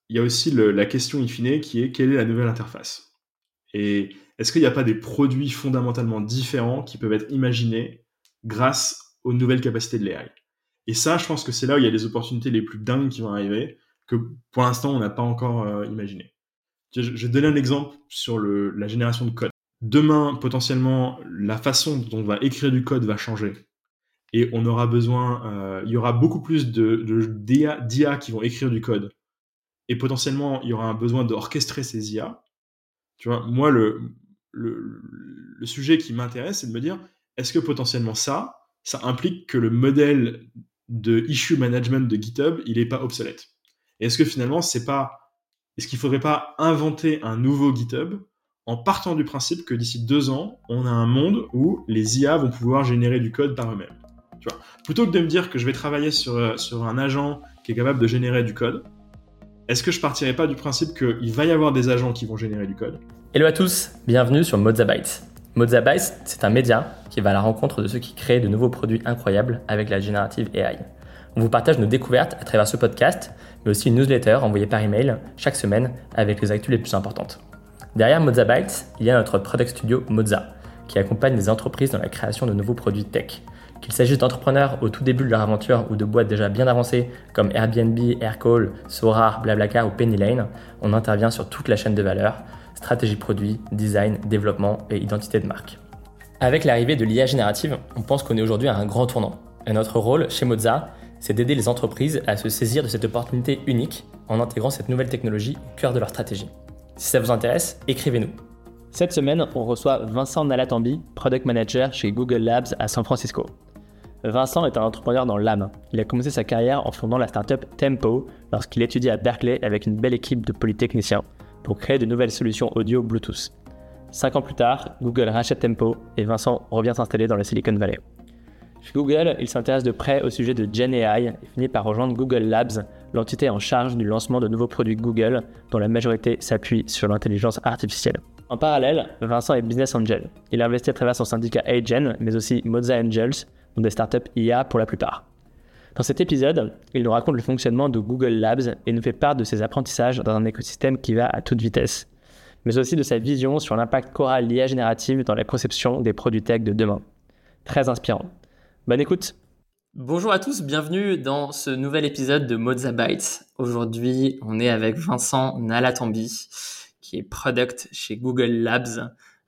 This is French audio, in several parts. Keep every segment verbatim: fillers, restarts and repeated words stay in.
il y a aussi le, la question in fine qui est quelle est la nouvelle interface? Et est-ce qu'il n'y a pas des produits fondamentalement différents qui peuvent être imaginés grâce aux nouvelles capacités de l'A I? Et ça, je pense que c'est là où il y a les opportunités les plus dingues qui vont arriver, que pour l'instant, on n'a pas encore euh, imaginé. Je, je vais donner un exemple sur le, la génération de code. Demain, potentiellement, la façon dont on va écrire du code va changer. Et on aura besoin, euh, il y aura beaucoup plus de, de d'I A, d'I A qui vont écrire du code. Et potentiellement, il y aura un besoin d'orchestrer ces I A. Tu vois, moi, le, le, le sujet qui m'intéresse, c'est de me dire, est-ce que potentiellement ça, ça implique que le modèle de issue management de GitHub, il est pas obsolète? Et est-ce que finalement, c'est pas, est-ce qu'il faudrait pas inventer un nouveau GitHub en partant du principe que d'ici deux ans, on a un monde où les I A vont pouvoir générer du code par eux-mêmes? Tu vois, plutôt que de me dire que je vais travailler sur, sur un agent qui est capable de générer du code, est-ce que je partirais pas du principe qu'il va y avoir des agents qui vont générer du code? Hello à tous, bienvenue sur Mozzabytes. Mozzabytes, c'est un média qui va à la rencontre de ceux qui créent de nouveaux produits incroyables avec la générative A I. On vous partage nos découvertes à travers ce podcast, mais aussi une newsletter envoyée par email chaque semaine avec les actus les plus importantes. Derrière Mozzabytes, il y a notre product studio Mozza, qui accompagne les entreprises dans la création de nouveaux produits tech. Qu'il s'agisse d'entrepreneurs au tout début de leur aventure ou de boîtes déjà bien avancées comme Airbnb, Aircall, Sora, Blablacar ou Penny Lane, on intervient sur toute la chaîne de valeur, stratégie produit, design, développement et identité de marque. Avec l'arrivée de l'I A générative, on pense qu'on est aujourd'hui à un grand tournant. Et notre rôle chez Mozza, c'est d'aider les entreprises à se saisir de cette opportunité unique en intégrant cette nouvelle technologie au cœur de leur stratégie. Si ça vous intéresse, écrivez-nous. Cette semaine, on reçoit Vincent Nalatambi, Product Manager chez Google Labs à San Francisco. Vincent est un entrepreneur dans l'âme. Il a commencé sa carrière en fondant la startup Tempo lorsqu'il étudiait à Berkeley avec une belle équipe de polytechniciens pour créer de nouvelles solutions audio Bluetooth. Cinq ans plus tard, Google rachète Tempo et Vincent revient s'installer dans le Silicon Valley. Chez Google, il s'intéresse de près au sujet de Gen A I et finit par rejoindre Google Labs, l'entité en charge du lancement de nouveaux produits Google dont la majorité s'appuie sur l'intelligence artificielle. En parallèle, Vincent est business angel. Il investit à travers son syndicat A-Gen, mais aussi Mozza Angels, dont des startups I A pour la plupart. Dans cet épisode, il nous raconte le fonctionnement de Google Labs et nous fait part de ses apprentissages dans un écosystème qui va à toute vitesse, mais aussi de sa vision sur l'impact qu'aura l'I A générative dans la conception des produits tech de demain. Très inspirant. Bonne écoute. Bonjour à tous, bienvenue dans ce nouvel épisode de Mozzabytes. Aujourd'hui, on est avec Vincent Nalatambi, qui est product chez Google Labs,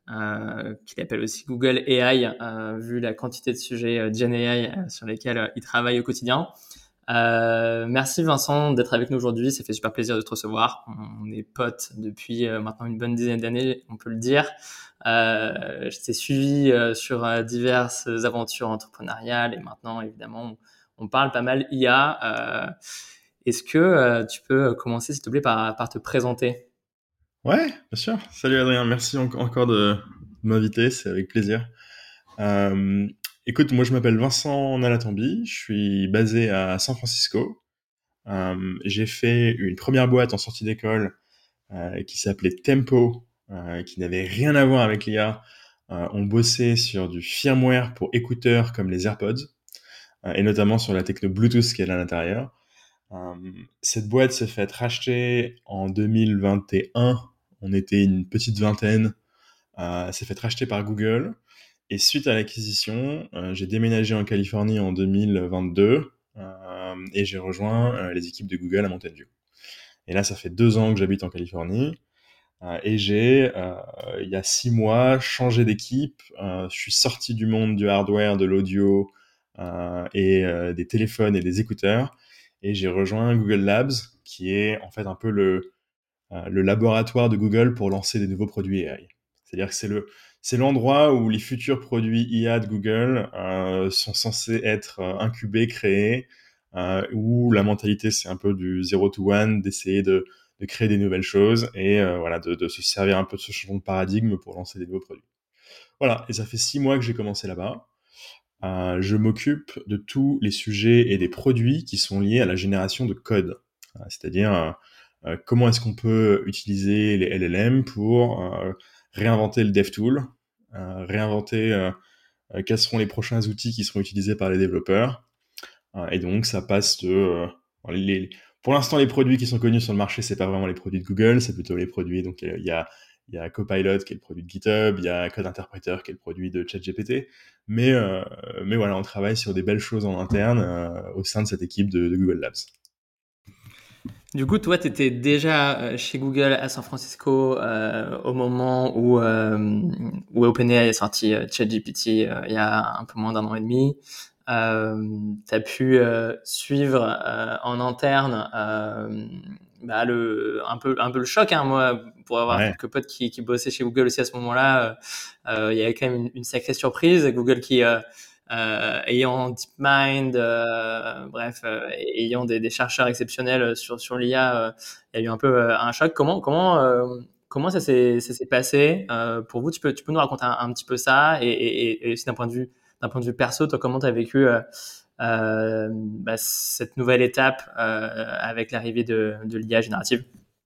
euh, qu'il appelle aussi Google A I, euh, vu la quantité de sujets euh, Gen A I euh, sur lesquels euh, il travaille au quotidien. Euh, merci Vincent d'être avec nous aujourd'hui, ça fait super plaisir de te recevoir. On est potes depuis euh, maintenant une bonne dizaine d'années, on peut le dire. Euh, je t'ai suivi euh, sur euh, diverses aventures entrepreneuriales et maintenant évidemment on, on parle pas mal I A. Euh, est-ce que euh, tu peux commencer s'il te plaît par, par te présenter? Ouais, bien sûr. Salut Adrien, merci en- encore de m'inviter, c'est avec plaisir. Euh, écoute, moi je m'appelle Vincent Nalatambi, je suis basé à San Francisco. Euh, j'ai fait une première boîte en sortie d'école euh, qui s'appelait Tempo, euh, qui n'avait rien à voir avec l'I A. Euh, on bossait sur du firmware pour écouteurs comme les AirPods, euh, et notamment sur la techno Bluetooth qui est à l'intérieur. Euh, cette boîte s'est faite racheter en deux mille vingt et un. On était une petite vingtaine. Euh, s'est fait racheter par Google. Et suite à l'acquisition, euh, j'ai déménagé en Californie en deux mille vingt-deux euh, et j'ai rejoint euh, les équipes de Google à Mountain View. Et là, ça fait deux ans que j'habite en Californie euh, et j'ai, euh, il y a six mois, changé d'équipe. Euh, je suis sorti du monde du hardware, de l'audio euh, et euh, des téléphones et des écouteurs et j'ai rejoint Google Labs, qui est en fait un peu le euh, le laboratoire de Google pour lancer des nouveaux produits A I. C'est-à-dire que c'est le c'est l'endroit où les futurs produits I A de Google euh, sont censés être euh, incubés, créés, euh, où la mentalité c'est un peu du zero to one, d'essayer de, de créer des nouvelles choses et euh, voilà de, de se servir un peu de ce changement de paradigme pour lancer des nouveaux produits. Voilà, et ça fait six mois que j'ai commencé là-bas. Euh, je m'occupe de tous les sujets et des produits qui sont liés à la génération de code. Euh, c'est-à-dire euh, euh, comment est-ce qu'on peut utiliser les L L M pour euh, réinventer le DevTool, euh, réinventer euh, euh, quels seront les prochains outils qui seront utilisés par les développeurs. Euh, et donc ça passe de euh, les, pour l'instant, les produits qui sont connus sur le marché, c'est pas vraiment les produits de Google, c'est plutôt les produits. Donc, il y a, il y a Copilot qui est le produit de GitHub, il y a Code Interpreter qui est le produit de ChatGPT. Mais, euh, mais voilà, on travaille sur des belles choses en interne euh, au sein de cette équipe de, de Google Labs. Du coup, toi, tu étais déjà euh, chez Google à San Francisco euh, au moment où, euh, où OpenAI est sorti euh, ChatGPT euh, il y a un peu moins d'un an et demi. Euh, tu as pu euh, suivre euh, en interne euh, bah, le, un, peu, un peu le choc. Hein, moi, pour avoir Ouais, quelques potes qui, qui bossaient chez Google aussi à ce moment-là, euh, euh, il y avait quand même une, une sacrée surprise. Google qui... Euh, euh, ayant DeepMind, euh, bref, euh, ayant des, des chercheurs exceptionnels sur sur l'I A, euh, il y a eu un peu euh, un choc. Comment comment euh, comment ça s'est ça s'est passé euh, pour vous? Tu peux tu peux nous raconter un, un petit peu ça et, et, et aussi d'un point de vue d'un point de vue perso, toi, comment tu as vécu euh, euh, bah, cette nouvelle étape euh, avec l'arrivée de de l'I A générative?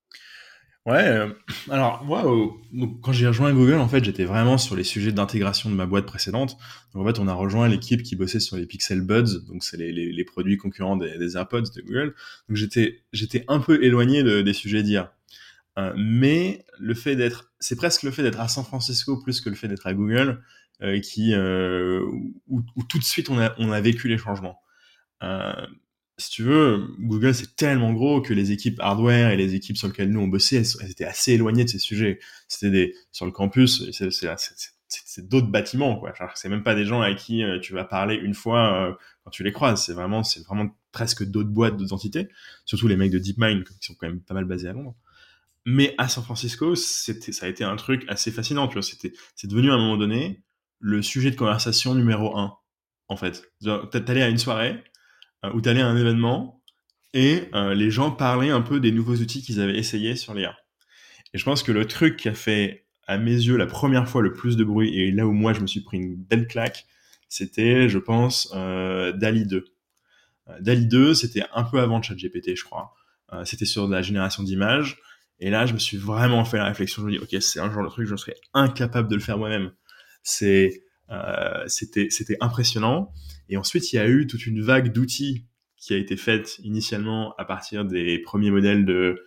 ouais. Euh, alors moi, au- donc, quand j'ai rejoint Google, en fait, j'étais vraiment sur les sujets d'intégration de ma boîte précédente. Donc, en fait, on a rejoint l'équipe qui bossait sur les Pixel Buds, donc c'est les, les, les produits concurrents des, des AirPods de Google. Donc j'étais j'étais un peu éloigné de- des sujets d'I A. Euh, mais le fait d'être, c'est presque le fait d'être à San Francisco plus que le fait d'être à Google euh, qui, euh, où, où tout de suite on a, on a vécu les changements. Euh, Si tu veux, Google c'est tellement gros que les équipes hardware et les équipes sur lesquelles nous on bossait, elles, elles étaient assez éloignées de ces sujets. C'était des sur le campus, c'est c'est c'est- c'est- c'est d'autres bâtiments quoi. Genre, c'est même pas des gens avec qui euh, tu vas parler une fois euh, quand tu les croises. C'est vraiment c'est vraiment presque d'autres boîtes, d'autres entités. Surtout les mecs de DeepMind qui sont quand même pas mal basés à Londres. Mais à San Francisco, c'était, ça a été un truc assez fascinant, tu vois. C'était, c'est devenu à un moment donné le sujet de conversation numéro un, en fait. Genre, t'a- T'allais à une soirée euh, ou t'allais à un événement et euh, les gens parlaient un peu des nouveaux outils qu'ils avaient essayés sur l'I A. Et je pense que le truc qui a fait, à mes yeux, la première fois le plus de bruit et là où moi je me suis pris une belle claque, c'était, je pense, euh, DALL-E deux. Euh, DALL-E deux, c'était un peu avant ChatGPT, je crois. Euh, c'était sur de la génération d'images. Et là, je me suis vraiment fait la réflexion. Je me dis, ok, c'est un genre de truc, je serais incapable de le faire moi-même. C'est, euh, c'était, c'était impressionnant. Et ensuite, il y a eu toute une vague d'outils qui a été faite initialement à partir des premiers modèles de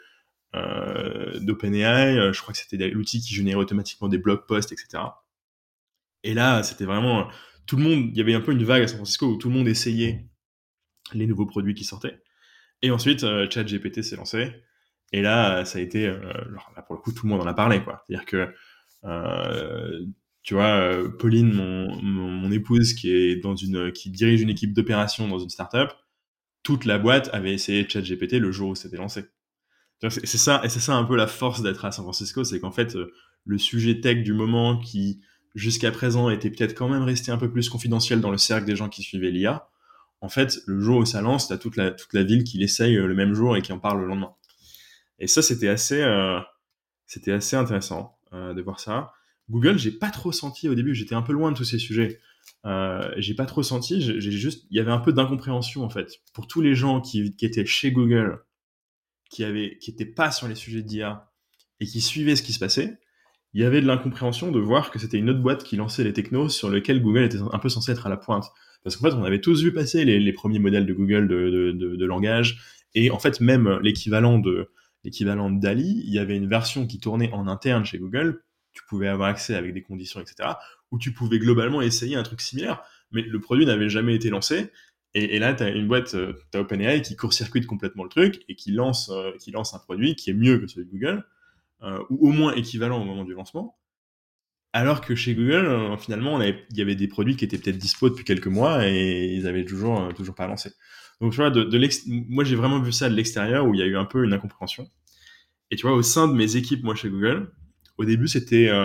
euh, d'OpenAI. Euh, Je crois que c'était l'outil qui générait automatiquement des blog posts, et cetera. Et là, c'était vraiment tout le monde. Il y avait un peu une vague à San Francisco où tout le monde essayait les nouveaux produits qui sortaient. Et ensuite, euh, ChatGPT s'est lancé. Et là, ça a été, euh, genre, là, pour le coup, tout le monde en a parlé, quoi. C'est-à-dire que, euh, tu vois, euh, Pauline, mon, mon, mon épouse, qui est dans une, qui dirige une équipe d'opération dans une startup, toute la boîte avait essayé ChatGPT le jour où c'était lancé. Tu vois, C'est c'est ça, et c'est ça un peu la force d'être à San Francisco, c'est qu'en fait, euh, le sujet tech du moment qui, jusqu'à présent, était peut-être quand même resté un peu plus confidentiel dans le cercle des gens qui suivaient l'I A, en fait, le jour où ça lance, t'as toute la, toute la ville qui l'essaye euh, le même jour et qui en parle le lendemain. Et ça, c'était assez, euh, c'était assez intéressant euh, de voir ça. Google, j'ai pas trop senti au début, j'étais un peu loin de tous ces sujets. Euh, j'ai pas trop senti, j'ai j'ai juste, il y avait un peu d'incompréhension en fait. Pour tous les gens qui, qui étaient chez Google, qui avaient, qui étaient pas sur les sujets d'I A et qui suivaient ce qui se passait, il y avait de l'incompréhension de voir que c'était une autre boîte qui lançait les technos sur lesquels Google était un peu censé être à la pointe. Parce qu'en fait, on avait tous vu passer les, les premiers modèles de Google de, de, de, de langage, et en fait, même l'équivalent de l'équivalent de DALL-E, il y avait une version qui tournait en interne chez Google, tu pouvais avoir accès avec des conditions, et cetera, où tu pouvais globalement essayer un truc similaire, mais le produit n'avait jamais été lancé, et, et là, tu as une boîte, euh, tu as OpenAI qui court-circuite complètement le truc, et qui lance, euh, qui lance un produit qui est mieux que celui de Google, euh, ou au moins équivalent au moment du lancement. Alors que chez Google, euh, finalement, on avait- il y avait des produits qui étaient peut-être dispo depuis quelques mois et ils avaient toujours, euh, toujours pas lancé. Donc, tu vois, de, de l'ex- moi, j'ai vraiment vu ça de l'extérieur où il y a eu un peu une incompréhension. Et tu vois, au sein de mes équipes, moi, chez Google, au début, c'était, euh,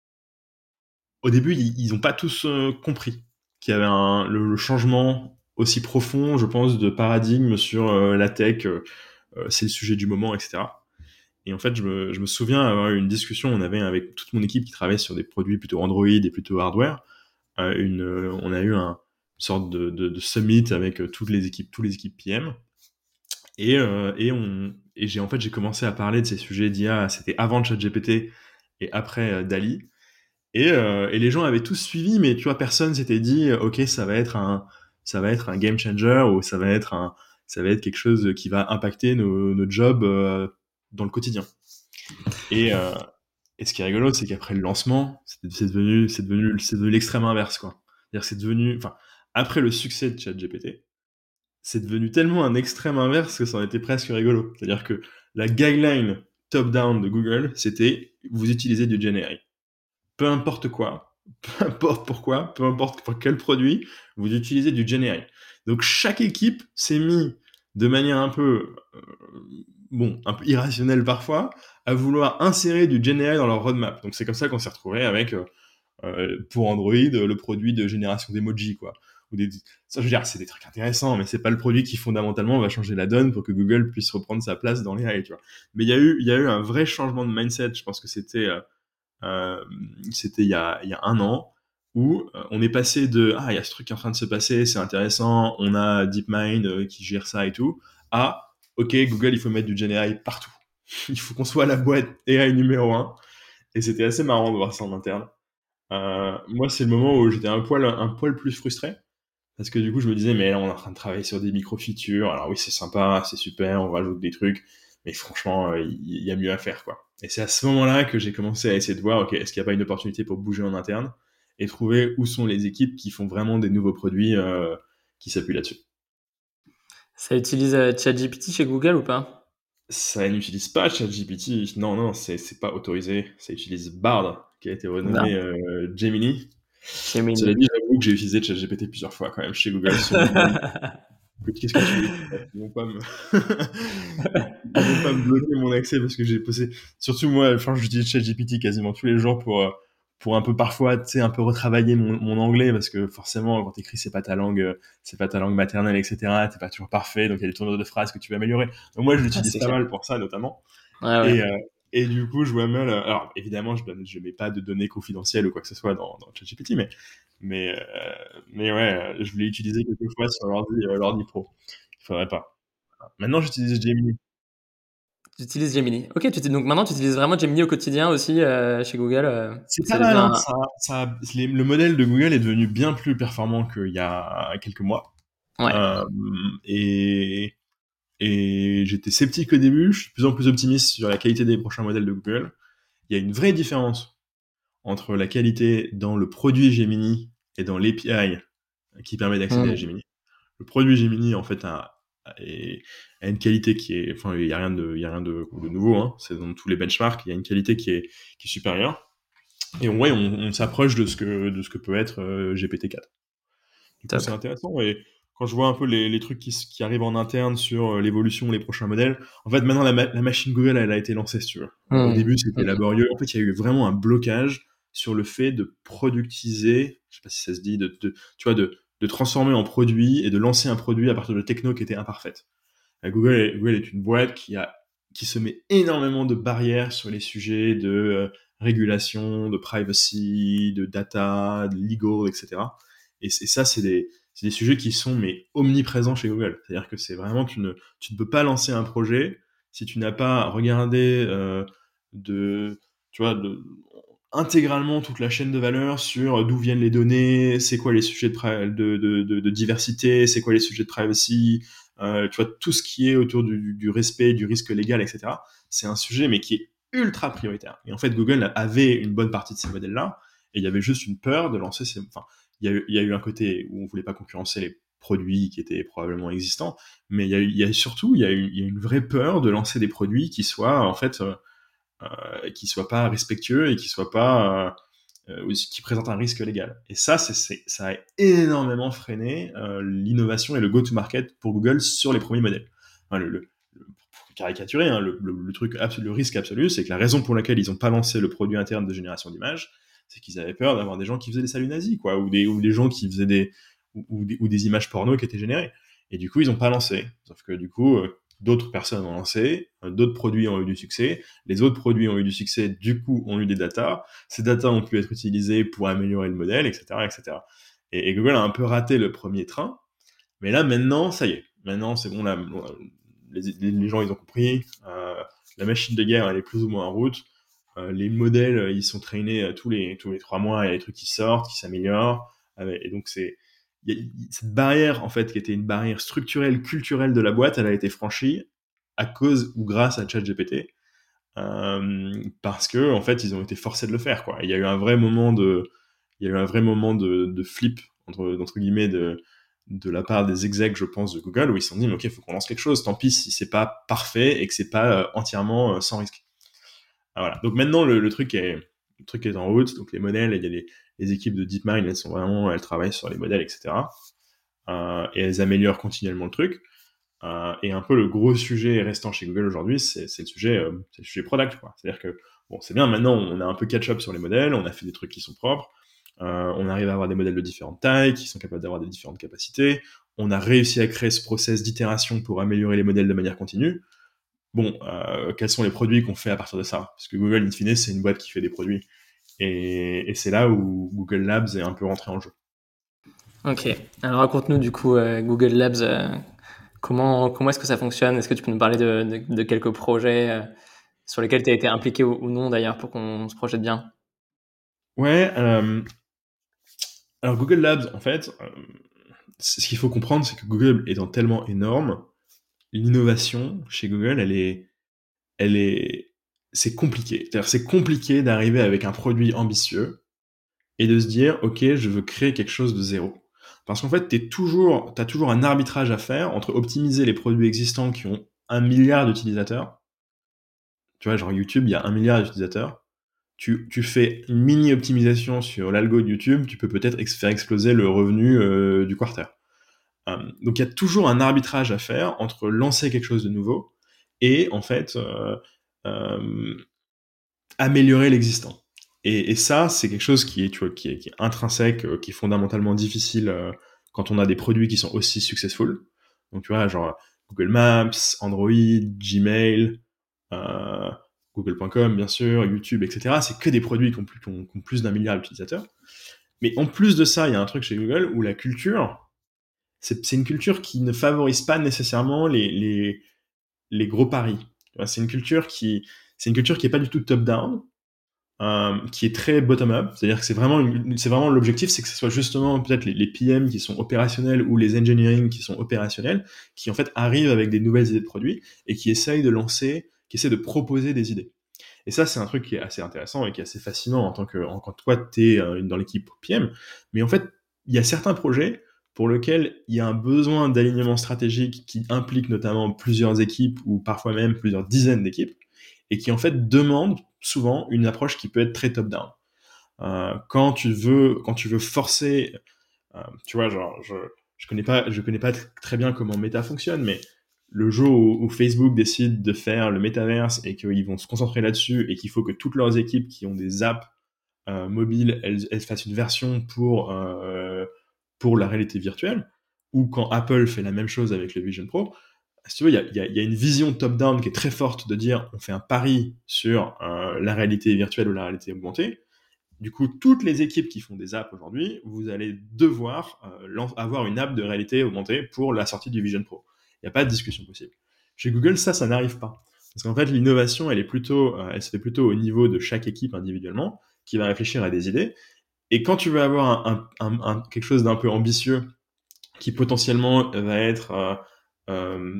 au début, ils, ils ont pas tous euh, compris qu'il y avait un, le, le changement aussi profond, je pense, de paradigme sur euh, la tech, euh, euh, c'est le sujet du moment, et cetera. Et en fait, je me, je me souviens avoir eu une discussion, on avait avec toute mon équipe qui travaille sur des produits plutôt Android et plutôt hardware. Euh, une, euh, on a eu un, une sorte de, de, de summit avec euh, toutes les équipes, tous les équipes P M. Et, euh, et, on, et j'ai en fait j'ai commencé à parler de ces sujets d'I A. C'était avant ChatGPT et après euh, DALL-E. Et, euh, et les gens avaient tous suivi, mais tu vois, personne s'était dit, euh, ok, ça va être un, ça va être un game changer ou ça va être un, ça va être quelque chose qui va impacter nos, nos jobs euh, dans le quotidien. Et, euh, et ce qui est rigolo, c'est qu'après le lancement, c'est, c'est devenu, c'est devenu, c'est devenu l'extrême inverse, quoi. C'est-à-dire, c'est devenu, enfin, après le succès de ChatGPT, c'est devenu tellement un extrême inverse que ça en était presque rigolo. C'est-à-dire que la guideline top-down de Google, c'était vous utilisez du Gen A I. Peu importe quoi, peu importe pourquoi, peu importe pour quel produit, vous utilisez du Gen A I. Donc chaque équipe s'est mis de manière un peu, euh, bon, un peu irrationnelle parfois, à vouloir insérer du Gen A I dans leur roadmap. Donc c'est comme ça qu'on s'est retrouvé avec euh, euh, pour Android, le produit de génération d'emoji, quoi. Ou des, ça, je veux dire, c'est des trucs intéressants, mais c'est pas le produit qui fondamentalement va changer la donne pour que Google puisse reprendre sa place dans les A I, tu vois. Mais il y a eu, il y a eu un vrai changement de mindset. Je pense que c'était, euh, euh, c'était il y a, il y a un an où euh, on est passé de ah il y a ce truc qui est en train de se passer, c'est intéressant, on a DeepMind euh, qui gère ça et tout, à ok Google il faut mettre du Gen A I partout. Il faut qu'on soit la boîte A I numéro un. Et c'était assez marrant de voir ça en interne. Euh, moi, c'est le moment où j'étais un poil, un poil plus frustré. Parce que du coup, je me disais, mais là, on est en train de travailler sur des micro-features. Alors oui, c'est sympa, c'est super, on rajoute des trucs. Mais franchement, euh, il y, y a mieux à faire, quoi. Et c'est à ce moment-là que j'ai commencé à essayer de voir, ok, est-ce qu'il n'y a pas une opportunité pour bouger en interne et trouver où sont les équipes qui font vraiment des nouveaux produits euh, qui s'appuient là-dessus. Ça utilise euh, ChatGPT chez Google ou pas? Ça n'utilise pas ChatGPT. Non, non, c'est, c'est pas autorisé. Ça utilise Bard, qui a été Non. renommé euh, Gemini. Cela Gemini. dit, j'avoue que j'ai utilisé ChatGPT plusieurs fois quand même chez Google sur mon mail. Qu'est-ce que tu veux? Ils vont pas me, ils vont pas me bloquer mon accès parce que j'ai posé. Surtout moi, enfin, j'utilise ChatGPT quasiment tous les jours pour euh, pour un peu parfois, tu sais, un peu retravailler mon, mon anglais parce que forcément, quand t'écris, c'est pas ta langue, euh, c'est pas ta langue maternelle, et cetera. T'es pas toujours parfait, donc il y a des tournures de phrases que tu vas améliorer. Donc moi, je Ah, l'utilise c'est pas clair. mal pour ça notamment. Ouais, ouais. Et, euh, et du coup, je vois mal. euh, Alors, évidemment, je donne, je mets pas de données confidentielles ou quoi que ce soit dans, dans ChatGPT, mais, mais, euh, mais ouais, euh, je l'ai utilisé quelques fois sur l'ordi, euh, l'ordi pro. Il faudrait pas. Maintenant, j'utilise Gemini. Tu utilises Gemini. Ok, tu, donc maintenant tu utilises vraiment Gemini au quotidien aussi euh, chez Google. euh, C'est pas c'est mal, devenu hein. un. Ça, ça, les- le modèle de Google est devenu bien plus performant qu'il y a quelques mois. Ouais. Euh, et, et j'étais sceptique au début. Je suis de plus en plus optimiste sur la qualité des prochains modèles de Google. Il y a une vraie différence entre la qualité dans le produit Gemini et dans l'A P I qui permet d'accéder à Hmm. Gemini. Le produit Gemini, en fait, a, a, a une qualité qui est, enfin, il y a rien de, il y a rien de, de nouveau, hein. C'est dans tous les benchmarks, il y a une qualité qui est, qui est supérieure. Et ouais, on, on s'approche de ce que, de ce que peut être euh, G P T quatre. Du coup, Top. c'est intéressant. Et quand je vois un peu les, les trucs qui, qui arrivent en interne sur euh, l'évolution, les prochains modèles, en fait, maintenant, la, ma- la machine Google, elle a été lancée, si tu veux. Euh, au Hmm. début, c'était Hmm. laborieux. En fait, il y a eu vraiment un blocage sur le fait de productiser, je sais pas si ça se dit, de, de tu vois, de, de transformer en produit et de lancer un produit à partir de techno qui était imparfaite. Euh, Google, est, Google est une boîte qui a, qui se met énormément de barrières sur les sujets de euh, régulation, de privacy, de data, de legal, et cetera. Et, et ça, c'est des, c'est des sujets qui sont mais omniprésents chez Google. C'est-à-dire que c'est vraiment tu ne, tu ne peux pas lancer un projet si tu n'as pas regardé euh, de, tu vois, de, intégralement toute la chaîne de valeur sur d'où viennent les données, c'est quoi les sujets de, de, de, de, de diversité, c'est quoi les sujets de privacy, euh, tu vois, tout ce qui est autour du, du respect, du risque légal, et cetera. C'est un sujet, mais qui est ultra prioritaire. Et en fait, Google avait une bonne partie de ces modèles-là, et il y avait juste une peur de lancer ces... Enfin, il y a eu, il y a eu un côté où on voulait pas concurrencer les produits qui étaient probablement existants, mais il y a, eu, il y a surtout, il y a, eu, il y a une vraie peur de lancer des produits qui soient, en fait, euh, euh, qui soient pas respectueux et qui soient pas... Euh, euh, qui présentent un risque légal. Et ça, c'est, c'est, ça a énormément freiné euh, l'innovation et le go-to-market pour Google sur les premiers modèles. Enfin, le, le, le, pour caricaturer, hein, le, le, le, truc absolu, le risque absolu, c'est que la raison pour laquelle ils n'ont pas lancé le produit interne de génération d'images, c'est qu'ils avaient peur d'avoir des gens qui faisaient des saluts nazis, quoi, ou des, ou des gens qui faisaient des ou, ou, des, ou des images porno qui étaient générées. Et du coup, ils n'ont pas lancé. Sauf que du coup, euh, d'autres personnes ont lancé, euh, d'autres produits ont eu du succès, les autres produits ont eu du succès, du coup, ont eu des datas, ces datas ont pu être utilisées pour améliorer le modèle, et cetera, et cetera. Et, et Google a un peu raté le premier train, mais là, maintenant, ça y est. Maintenant, c'est bon, là, les, les gens, ils ont compris. Euh, la machine de guerre, elle est plus ou moins en route. Euh, les modèles, ils sont traînés tous les tous les trois mois. Il y a des trucs qui sortent, qui s'améliorent. Euh, et donc, c'est y a, cette barrière, en fait, qui était une barrière structurelle, culturelle de la boîte, elle a été franchie à cause ou grâce à ChatGPT, euh, parce que, en fait, ils ont été forcés de le faire, quoi. Il y a eu un vrai moment de, il y a eu un vrai moment de, de flip, entre, entre guillemets, de, de la part des execs, je pense, de Google, où ils se sont dit, mais ok, il faut qu'on lance quelque chose, tant pis si c'est pas parfait et que c'est pas euh, entièrement euh, sans risque. Ah, voilà. Donc maintenant, le, le truc est, le truc est en route, donc les modèles, il y a les, les équipes de DeepMind, elles sont vraiment, elles travaillent sur les modèles, et cetera. Euh, et elles améliorent continuellement le truc. Euh, et un peu le gros sujet restant chez Google aujourd'hui, c'est, c'est le sujet, euh, c'est le sujet product, quoi. C'est-à-dire que bon, c'est bien. Maintenant, on a un peu catch-up sur les modèles, on a fait des trucs qui sont propres, euh, on arrive à avoir des modèles de différentes tailles, qui sont capables d'avoir des différentes capacités. On a réussi à créer ce process d'itération pour améliorer les modèles de manière continue. Bon, euh, quels sont les produits qu'on fait à partir de ça? Parce que Google, in fine, c'est une boîte qui fait des produits. Et, et c'est là où Google Labs est un peu rentré en jeu. Ok, alors raconte-nous du coup euh, Google Labs, euh, comment, comment est-ce que ça fonctionne? Est-ce que tu peux nous parler de, de, de quelques projets euh, sur lesquels tu as été impliqué ou, ou non d'ailleurs pour qu'on se projette bien? Ouais, euh, alors Google Labs, en fait, euh, ce qu'il faut comprendre, c'est que Google étant tellement énorme, l'innovation chez Google, elle est, elle est, c'est compliqué. C'est-à-dire, c'est compliqué d'arriver avec un produit ambitieux et de se dire, ok, je veux créer quelque chose de zéro. Parce qu'en fait, t'es toujours, t'as toujours un arbitrage à faire entre optimiser les produits existants qui ont un milliard d'utilisateurs. Tu vois, genre YouTube, il y a un milliard d'utilisateurs. Tu, tu fais une mini optimisation sur l'algo de YouTube, tu peux peut-être ex- faire exploser le revenu euh, du quarter. Euh, donc il y a toujours un arbitrage à faire entre lancer quelque chose de nouveau et en fait euh, euh, améliorer l'existant. Et, et ça, c'est quelque chose qui est, tu vois, qui est, qui est intrinsèque, euh, qui est fondamentalement difficile euh, quand on a des produits qui sont aussi successful. Donc tu vois, genre Google Maps, Android, Gmail, euh, Google point com bien sûr, YouTube, et cetera. C'est que des produits qui ont plus, qui ont, qui ont plus d'un milliard d'utilisateurs. Mais en plus de ça, il y a un truc chez Google où la culture, c'est, c'est une culture qui ne favorise pas nécessairement les, les, les gros paris. C'est une culture qui, c'est une culture qui est pas du tout top-down, euh, qui est très bottom-up. C'est-à-dire que c'est vraiment, une, c'est vraiment l'objectif, c'est que ce soit justement peut-être les, les P M qui sont opérationnels ou les engineering qui sont opérationnels, qui en fait arrivent avec des nouvelles idées de produits et qui essayent de lancer, qui essaient de proposer des idées. Et ça, c'est un truc qui est assez intéressant et qui est assez fascinant en tant que, en, quand toi, t'es euh, dans l'équipe P M. Mais en fait, il y a certains projets pour lesquels il y a un besoin d'alignement stratégique qui implique notamment plusieurs équipes ou parfois même plusieurs dizaines d'équipes et qui en fait demandent souvent une approche qui peut être très top-down. Euh, quand tu veux, quand tu veux forcer, euh, tu vois, genre, je, je connais pas, je connais pas tr- très bien comment Meta fonctionne, mais le jour où, où Facebook décide de faire le métaverse et qu'ils vont se concentrer là-dessus et qu'il faut que toutes leurs équipes qui ont des apps euh, mobiles, elles, elles fassent une version pour euh, pour la réalité virtuelle, ou quand Apple fait la même chose avec le Vision Pro, si tu veux, il y a, y a- y a une vision top-down qui est très forte de dire on fait un pari sur euh, la réalité virtuelle ou la réalité augmentée. Du coup, toutes les équipes qui font des apps aujourd'hui, vous allez devoir euh, lan- avoir une app de réalité augmentée pour la sortie du Vision Pro. Il n'y a pas de discussion possible. Chez Google, ça, ça n'arrive pas. Parce qu'en fait, l'innovation, elle est plutôt, euh, elle se fait plutôt au niveau de chaque équipe individuellement, qui va réfléchir à des idées. Et quand tu veux avoir un, un- un- un- quelque chose d'un peu ambitieux, qui potentiellement va être, euh, euh,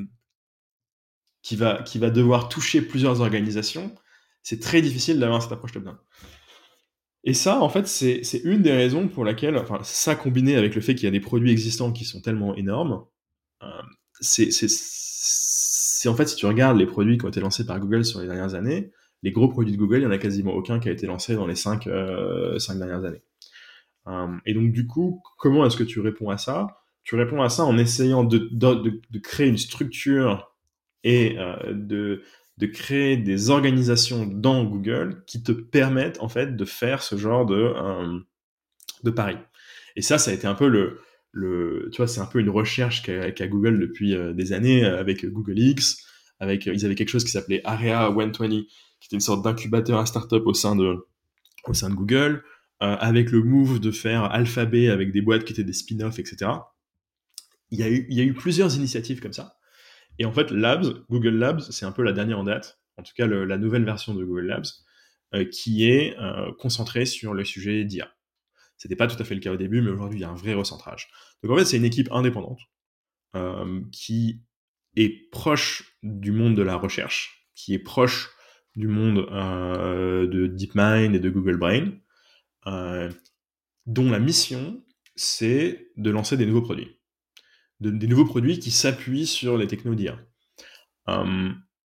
qui va, qui va devoir toucher plusieurs organisations, c'est très difficile d'avoir cette approche top-down. Et ça, en fait, c'est, c'est une des raisons pour laquelle, enfin, ça combiné avec le fait qu'il y a des produits existants qui sont tellement énormes, euh, c'est, c'est, c'est en fait, si tu regardes les produits qui ont été lancés par Google sur les dernières années, les gros produits de Google, il n'y en a quasiment aucun qui a été lancé dans les cinq, euh, cinq dernières années. Euh, et donc, du coup, comment est-ce que tu réponds à ça? Tu réponds à ça en essayant de, de, de, de créer une structure et euh, de, de créer des organisations dans Google qui te permettent en fait de faire ce genre de, euh, de pari. Et ça, ça a été un peu le, le tu vois, c'est un peu une recherche qu'a, qu'a Google depuis euh, des années euh, avec Google X, avec, euh, ils avaient quelque chose qui s'appelait Area cent vingt, qui était une sorte d'incubateur à start-up au sein de, au sein de Google, euh, avec le move de faire Alphabet avec des boîtes qui étaient des spin-offs, et cetera. Il y a eu, il y a eu plusieurs initiatives comme ça. Et en fait, Labs, Google Labs, c'est un peu la dernière en date, en tout cas le, la nouvelle version de Google Labs, euh, qui est euh, concentrée sur le sujet d'I A. C'était pas tout à fait le cas au début, mais aujourd'hui, il y a un vrai recentrage. Donc en fait, c'est une équipe indépendante euh, qui est proche du monde de la recherche, qui est proche du monde euh, de DeepMind et de Google Brain, euh, dont la mission, c'est de lancer des nouveaux produits. De, des nouveaux produits qui s'appuient sur les technos d'I A. Euh,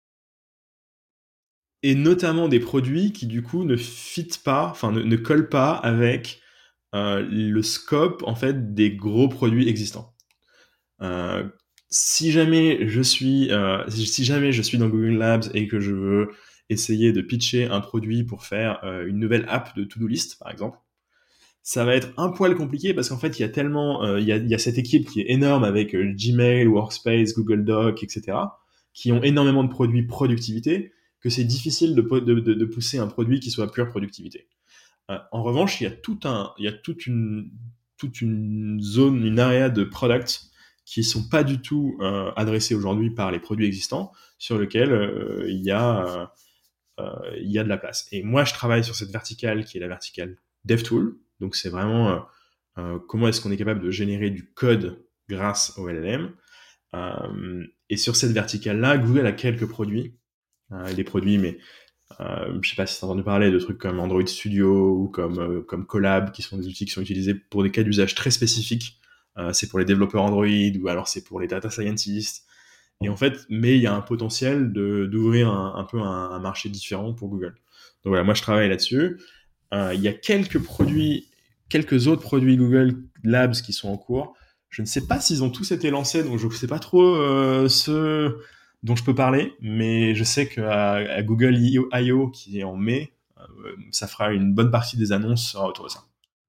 et notamment des produits qui, du coup, ne fitent pas, enfin, ne, ne collent pas avec euh, le scope, en fait, des gros produits existants. Euh, si jamais je suis, euh, si jamais je suis dans Google Labs et que je veux essayer de pitcher un produit pour faire euh, une nouvelle app de to-do list, par exemple, ça va être un poil compliqué parce qu'en fait, il y a tellement, euh, il, y a, il y a cette équipe qui est énorme avec euh, Gmail, Workspace, Google Doc, et cetera, qui ont énormément de produits productivité, que c'est difficile de, de, de, de pousser un produit qui soit pure productivité. Euh, en revanche, il y a tout un, il y a toute une, toute une zone, une area de products qui sont pas du tout euh, adressés aujourd'hui par les produits existants, sur lesquels euh, il y a, euh, il y a de la place. Et moi, je travaille sur cette verticale qui est la verticale DevTool. Donc, c'est vraiment euh, euh, comment est-ce qu'on est capable de générer du code grâce au L L M. Euh, et sur cette verticale-là, Google a quelques produits, euh, des produits, mais euh, je sais pas si tu as entendu parler de trucs comme Android Studio ou comme, euh, comme Collab, qui sont des outils qui sont utilisés pour des cas d'usage très spécifiques. Euh, c'est pour les développeurs Android ou alors c'est pour les data scientists. Et en fait, mais il y a un potentiel de, d'ouvrir un, un peu un, un marché différent pour Google. Donc voilà, moi je travaille là-dessus. Euh, il y a quelques produits, quelques autres produits Google Labs qui sont en cours. Je ne sais pas s'ils ont tous été lancés, donc je ne sais pas trop euh, ceux dont je peux parler, mais je sais qu'à à Google I O qui est en mai, euh, ça fera une bonne partie des annonces autour de ça.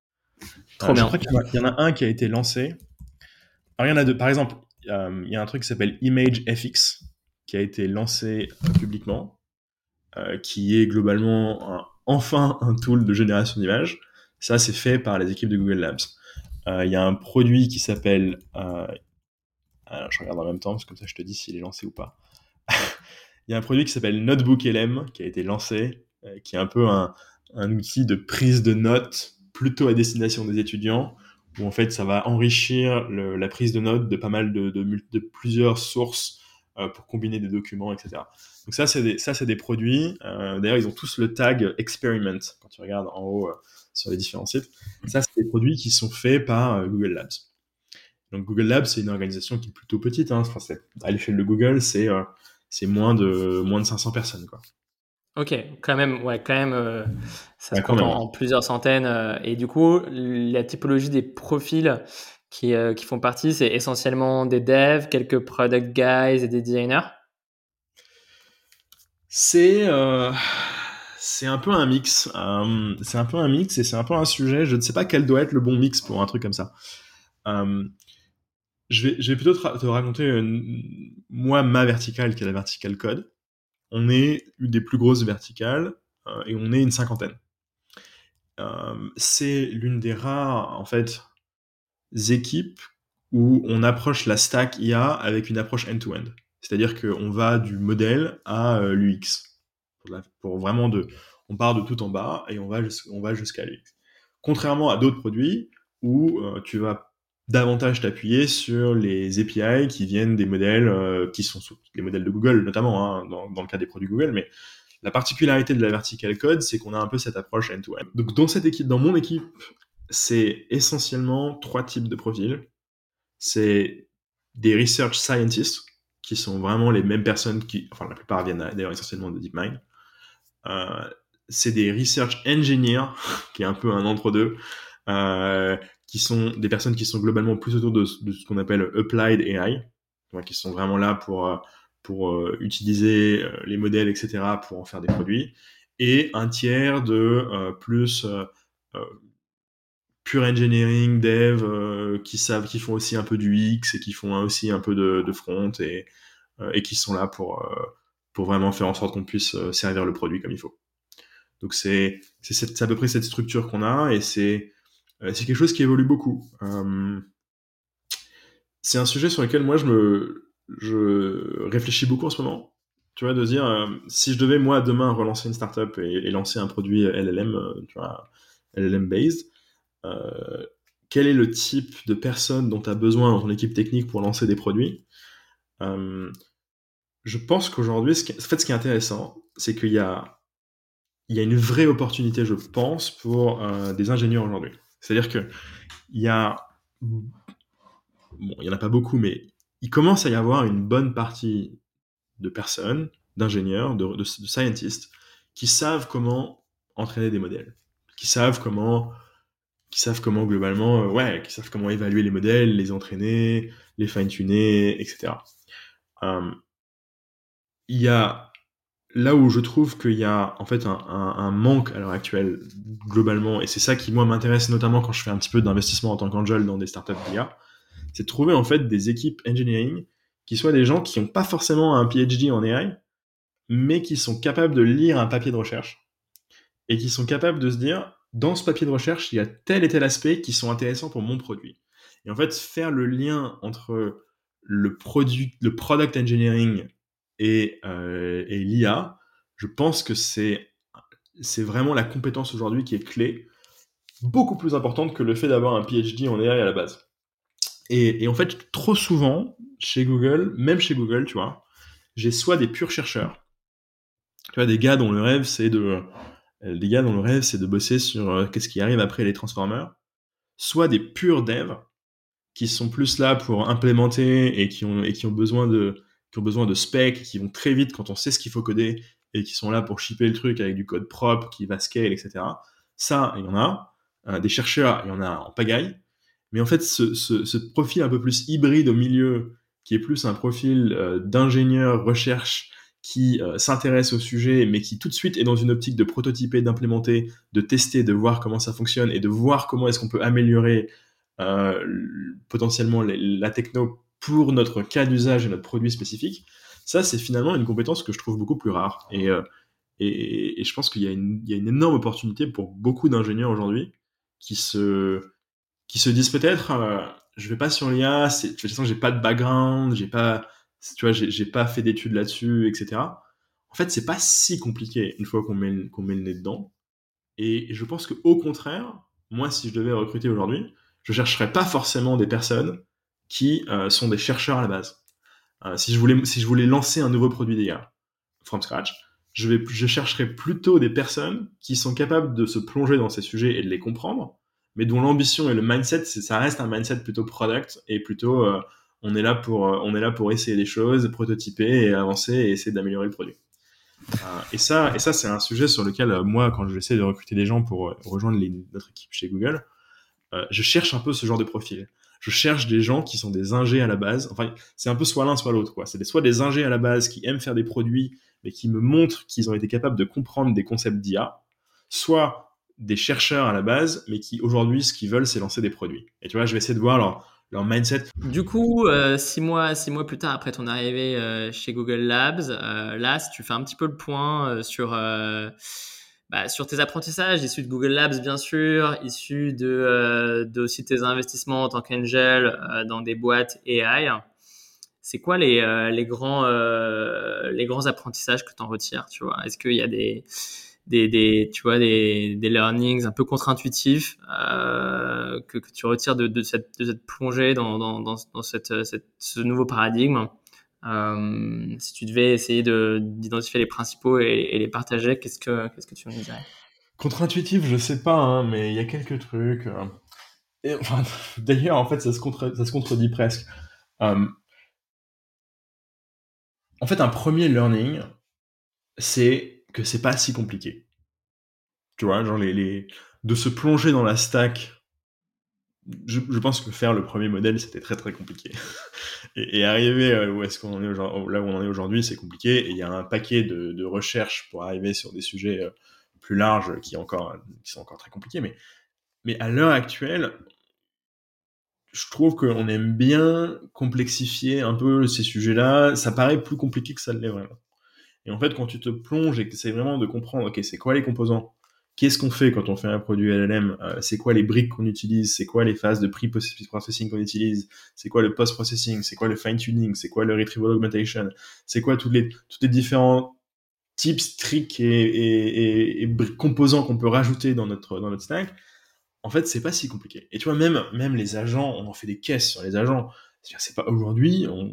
Trop Euh, je bien. crois qu'il y en a, il y en a un qui a été lancé. Alors, il y en a deux. Par exemple, euh, il y a un truc qui s'appelle ImageFX qui a été lancé euh, publiquement, euh, qui est globalement un- enfin un tool de génération d'images. Ça, c'est fait par les équipes de Google Labs. Euh, Il y a un produit qui s'appelle... Euh, alors, je regarde en même temps, parce que comme ça, je te dis s'il est lancé ou pas. Il y a un produit qui s'appelle Notebook L M qui a été lancé, euh, qui est un peu un, un outil de prise de notes plutôt à destination des étudiants, où en fait ça va enrichir le, la prise de notes de pas mal de, de, de plusieurs sources euh, pour combiner des documents, et cetera. Donc ça c'est des, ça, c'est des produits, euh, d'ailleurs ils ont tous le tag Experiment, quand tu regardes en haut euh, sur les différents sites. Ça c'est des produits qui sont faits par euh, Google Labs. Donc Google Labs, c'est une organisation qui est plutôt petite. Hein. Enfin, c'est, à l'échelle de Google, c'est euh, c'est moins de moins de cinq cents personnes, quoi. Ok, quand même, ouais, quand même, euh, ça se Ouais, quand compte même. en, Ouais. en plusieurs centaines. euh, et du coup, la typologie des profils qui, euh, qui font partie, c'est essentiellement des devs, quelques product guys et des designers. C'est euh, c'est un peu un mix. Euh, c'est un peu un mix et c'est un peu un sujet. Je ne sais pas quel doit être le bon mix pour un truc comme ça. Euh, je vais je vais plutôt te, ra- te raconter une- moi ma verticale qui est la verticale code. On est une des plus grosses verticales euh, et on est une cinquantaine. Euh, c'est l'une des rares en fait équipes où on approche la stack I A avec une approche end-to-end. C'est-à-dire qu'on va du modèle à euh, l'U X. Pour, la- pour vraiment de, on part de tout en bas et on va, jus- on va jusqu'à l'U X. Contrairement à d'autres produits où euh, tu vas davantage t'appuyer sur les A P I qui viennent des modèles euh, qui sont sous- les modèles de Google notamment, hein, dans, dans le cas des produits Google, mais la particularité de la vertical code, c'est qu'on a un peu cette approche end-to-end. Donc dans cette équipe, dans mon équipe, c'est essentiellement trois types de profils. C'est des research scientists, qui sont vraiment les mêmes personnes qui, enfin la plupart viennent d'ailleurs essentiellement de DeepMind. Euh, c'est des research engineers, qui est un peu un entre-deux, euh, qui sont des personnes qui sont globalement plus autour de, de ce qu'on appelle applied A I, donc qui sont vraiment là pour, euh, pour euh, utiliser euh, les modèles, et cetera, pour en faire des produits. Et un tiers de euh, plus euh, euh, pure engineering, dev, euh, qui savent, qui font aussi un peu du X et qui font aussi un peu de, de front et, euh, et qui sont là pour, euh, pour vraiment faire en sorte qu'on puisse euh, servir le produit comme il faut. Donc c'est, c'est, cette- c'est à peu près cette structure qu'on a et c'est, euh, c'est quelque chose qui évolue beaucoup. Euh, c'est un sujet sur lequel moi je me, je réfléchis beaucoup en ce moment. Tu vois, de dire, euh, si je devais moi demain relancer une startup et, et lancer un produit L L M, euh, tu vois, L L M based, euh, quel est le type de personne dont tu as besoin dans ton équipe technique pour lancer des produits. Euh, je pense qu'aujourd'hui, ce qui, en fait, ce qui est intéressant, c'est qu'il y a, il y a une vraie opportunité, je pense, pour euh, des ingénieurs aujourd'hui. C'est-à-dire que il y a, bon, il y en a pas beaucoup, mais il commence à y avoir une bonne partie de personnes, d'ingénieurs, de, de, de scientists, qui savent comment entraîner des modèles, qui savent comment, qui savent comment globalement, euh, ouais, qui savent comment évaluer les modèles, les entraîner, les fine-tuner, et cetera. Euh, il y a là où je trouve qu'il y a en fait un, un, un manque à l'heure actuelle globalement, et c'est ça qui moi m'intéresse notamment quand je fais un petit peu d'investissement en tant qu'angel dans des startups d'I A, c'est de trouver en fait des équipes engineering qui soient des gens qui n'ont pas forcément un P H D en A I, mais qui sont capables de lire un papier de recherche et qui sont capables de se dire, dans ce papier de recherche, il y a tel et tel aspect qui sont intéressants pour mon produit. Et en fait, faire le lien entre le produit, le product engineering et, euh, et l'I A, je pense que c'est, c'est vraiment la compétence aujourd'hui qui est clé, beaucoup plus importante que le fait d'avoir un P H D en A I à la base. Et, et en fait, trop souvent, chez Google, même chez Google, tu vois, j'ai soit des purs chercheurs, tu vois, des gars dont le rêve c'est de, des gars dont le rêve c'est de bosser sur euh, qu'est-ce qui arrive après les transformers, soit des purs devs qui sont plus là pour implémenter et qui ont et qui ont besoin de qui ont besoin de specs, qui vont très vite quand on sait ce qu'il faut coder et qui sont là pour shipper le truc avec du code propre qui va scale, et cetera. Ça, il y en a. Euh, des chercheurs, il y en a en pagaille. Mais en fait, ce, ce, ce profil un peu plus hybride au milieu, qui est plus un profil euh, d'ingénieur recherche qui euh, s'intéresse au sujet, mais qui tout de suite est dans une optique de prototyper, d'implémenter, de tester, de voir comment ça fonctionne et de voir comment est-ce qu'on peut améliorer euh, potentiellement les, la techno pour notre cas d'usage et notre produit spécifique. Ça, c'est finalement une compétence que je trouve beaucoup plus rare. Et, euh, et, et je pense qu'il y a une, il y a une énorme opportunité pour beaucoup d'ingénieurs aujourd'hui qui se qui se disent peut-être euh, je vais pas sur l'I A, c'est, de toute façon j'ai pas de background, j'ai pas, tu vois, j'ai, j'ai pas fait d'études là-dessus, et cetera. En fait, c'est pas si compliqué une fois qu'on met, qu'on met le nez dedans. Et je pense que au contraire, moi, si je devais recruter aujourd'hui, je chercherais pas forcément des personnes qui euh, sont des chercheurs à la base. Euh, si je voulais, si je voulais lancer un nouveau produit d'I A from scratch, je vais, je chercherais plutôt des personnes qui sont capables de se plonger dans ces sujets et de les comprendre, mais dont l'ambition et le mindset, c'est, ça reste un mindset plutôt product et plutôt euh, on est là pour, euh, on est là pour essayer des choses, prototyper et avancer et essayer d'améliorer le produit. Euh, et ça, et ça, c'est un sujet sur lequel euh, moi, quand j'essaie de recruter des gens pour euh, rejoindre les, notre équipe chez Google, euh, je cherche un peu ce genre de profil. Je cherche des gens qui sont des ingés à la base. Enfin, c'est un peu soit l'un, soit l'autre, quoi. C'est des, soit des ingés à la base qui aiment faire des produits, mais qui me montrent qu'ils ont été capables de comprendre des concepts d'I A, soit des chercheurs à la base, mais qui aujourd'hui, ce qu'ils veulent, c'est lancer des produits. Et tu vois, je vais essayer de voir leur, leur mindset. Du coup, euh, six mois, six mois plus tard, après ton arrivée euh, chez Google Labs, euh, là, si tu fais un petit peu le point euh, sur, euh, bah, sur tes apprentissages issus de Google Labs, bien sûr, issus de, euh, de aussi tes investissements en tant qu'angel euh, dans des boîtes A I, c'est quoi les, euh, les, grands, euh, les grands apprentissages que tu en retires, tu vois? Est-ce qu'il y a des, des, des, tu vois, des, des learnings un peu contre-intuitifs euh, que, que tu retires de, de, cette, de cette plongée dans, dans, dans, dans cette, cette, ce nouveau paradigme? Euh, si tu devais essayer de, d'identifier les principaux et, et les partager, qu'est-ce que, qu'est-ce que tu me dirais? Contre-intuitif, je sais pas, hein, mais il y a quelques trucs. Euh, et, enfin, d'ailleurs, en fait, ça se, contre, ça se contredit presque. Euh, en fait, un premier learning, c'est que c'est pas si compliqué. Tu vois, genre les, les, de se plonger dans la stack. Je, je pense que faire le premier modèle, c'était très très compliqué. et, et arriver euh, où est-ce qu'on en est aujourd'hui, là où on en est aujourd'hui, c'est compliqué. Et il y a un paquet de, de recherches pour arriver sur des sujets euh, plus larges qui, encore, qui sont encore très compliqués. Mais, mais à l'heure actuelle, je trouve qu'on aime bien complexifier un peu ces sujets-là. Ça paraît plus compliqué que ça ne l'est vraiment. Et en fait, quand tu te plonges et que tu essaies vraiment de comprendre, ok, c'est quoi les composants? Qu'est-ce qu'on fait quand on fait un produit L L M? euh, C'est quoi les briques qu'on utilise? C'est quoi les phases de pre-processing qu'on utilise? C'est quoi le post-processing? C'est quoi le fine-tuning? C'est quoi le retrieval augmentation? C'est quoi toutes les, toutes les différents tips, tricks et, et, et, et composants qu'on peut rajouter dans notre, dans notre stack? en fait, c'est pas si compliqué. Et tu vois, même, même les agents, on en fait des caisses sur les agents. C'est-à-dire, c'est pas aujourd'hui, on,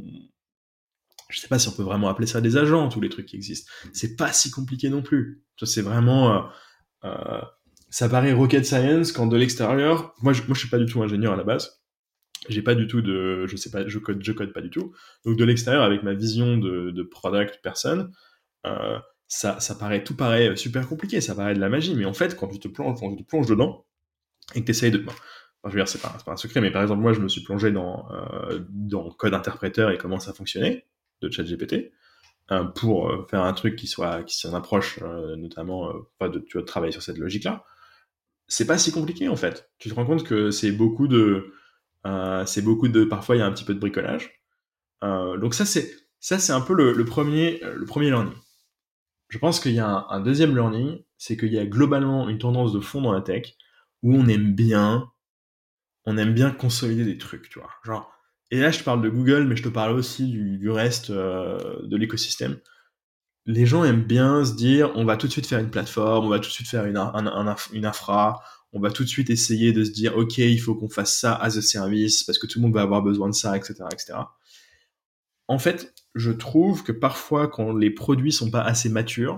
je sais pas si on peut vraiment appeler ça des agents, tous les trucs qui existent. C'est pas si compliqué non plus. Tu vois, c'est vraiment, euh, euh, ça paraît rocket science quand de l'extérieur, moi je, moi je suis pas du tout ingénieur à la base. J'ai pas du tout de, je sais pas, je code, je code pas du tout. Donc de l'extérieur, avec ma vision de, de product personne, euh, ça, ça paraît, tout paraît super compliqué, ça paraît de la magie. Mais en fait, quand tu te plonges, quand tu te plonges dedans et que tu essayes de, bon, enfin, je veux dire, c'est pas, c'est pas un secret, mais par exemple, moi, je me suis plongé dans, euh, dans code interpréteur et comment ça fonctionnait de ChatGPT euh, pour euh, faire un truc qui soit, qui s'en approche, euh, notamment, euh, pas de, tu vois, de travailler sur cette logique-là. C'est pas si compliqué en fait. Tu te rends compte que c'est beaucoup de, euh, c'est beaucoup de, parfois il y a un petit peu de bricolage. Euh, donc ça c'est, ça c'est un peu le, le premier, euh, le premier learning. Je pense qu'il y a un, un deuxième learning, c'est qu'il y a globalement une tendance de fond dans la tech où on aime bien, on aime bien consolider des trucs, tu vois. Genre, et là je te parle de Google, mais je te parle aussi du, du reste euh, de l'écosystème. Les gens aiment bien se dire, on va tout de suite faire une plateforme, on va tout de suite faire une, un, un, une infra, on va tout de suite essayer de se dire, ok, il faut qu'on fasse ça as a service parce que tout le monde va avoir besoin de ça, et cetera, et cetera. En fait, je trouve que parfois, quand les produits sont pas assez matures,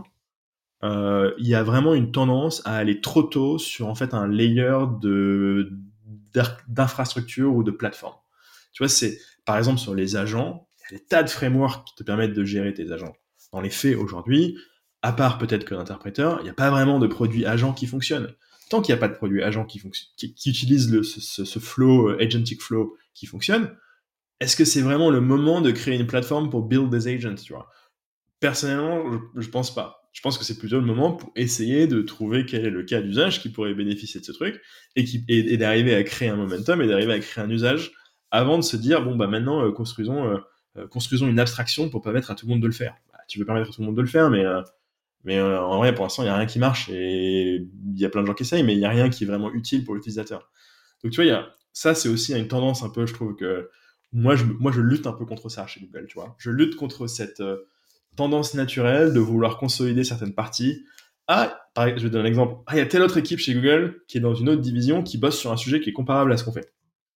euh, il y a vraiment une tendance à aller trop tôt sur en fait un layer de d'infrastructure ou de plateforme. Tu vois, c'est par exemple sur les agents, il y a des tas de frameworks qui te permettent de gérer tes agents. Dans les faits aujourd'hui, à part peut-être que l'interpréteur, il n'y a pas vraiment de produit agent qui fonctionne. Tant qu'il n'y a pas de produit agent qui, fonction, qui, qui utilise le, ce, ce flow, euh, agentic flow qui fonctionne, est-ce que c'est vraiment le moment de créer une plateforme pour build des agents, tu vois? Personnellement, je, je pense pas. Je pense que c'est plutôt le moment pour essayer de trouver quel est le cas d'usage qui pourrait bénéficier de ce truc et, qui, et, et d'arriver à créer un momentum et d'arriver à créer un usage avant de se dire bon bah maintenant euh, construisons euh, euh, construisons une abstraction pour permettre à tout le monde de le faire. Bah, tu veux permettre à tout le monde de le faire, mais euh, mais euh, en vrai pour l'instant il y a rien qui marche et il y a plein de gens qui essayent, mais il y a rien qui est vraiment utile pour l'utilisateur. Donc tu vois, il y a ça, c'est aussi une tendance un peu, je trouve que moi je moi je lutte un peu contre ça chez Google, tu vois. Je lutte contre cette euh, tendance naturelle de vouloir consolider certaines parties. Ah, je vais donner un exemple. Ah, il y a telle autre équipe chez Google qui est dans une autre division qui bosse sur un sujet qui est comparable à ce qu'on fait.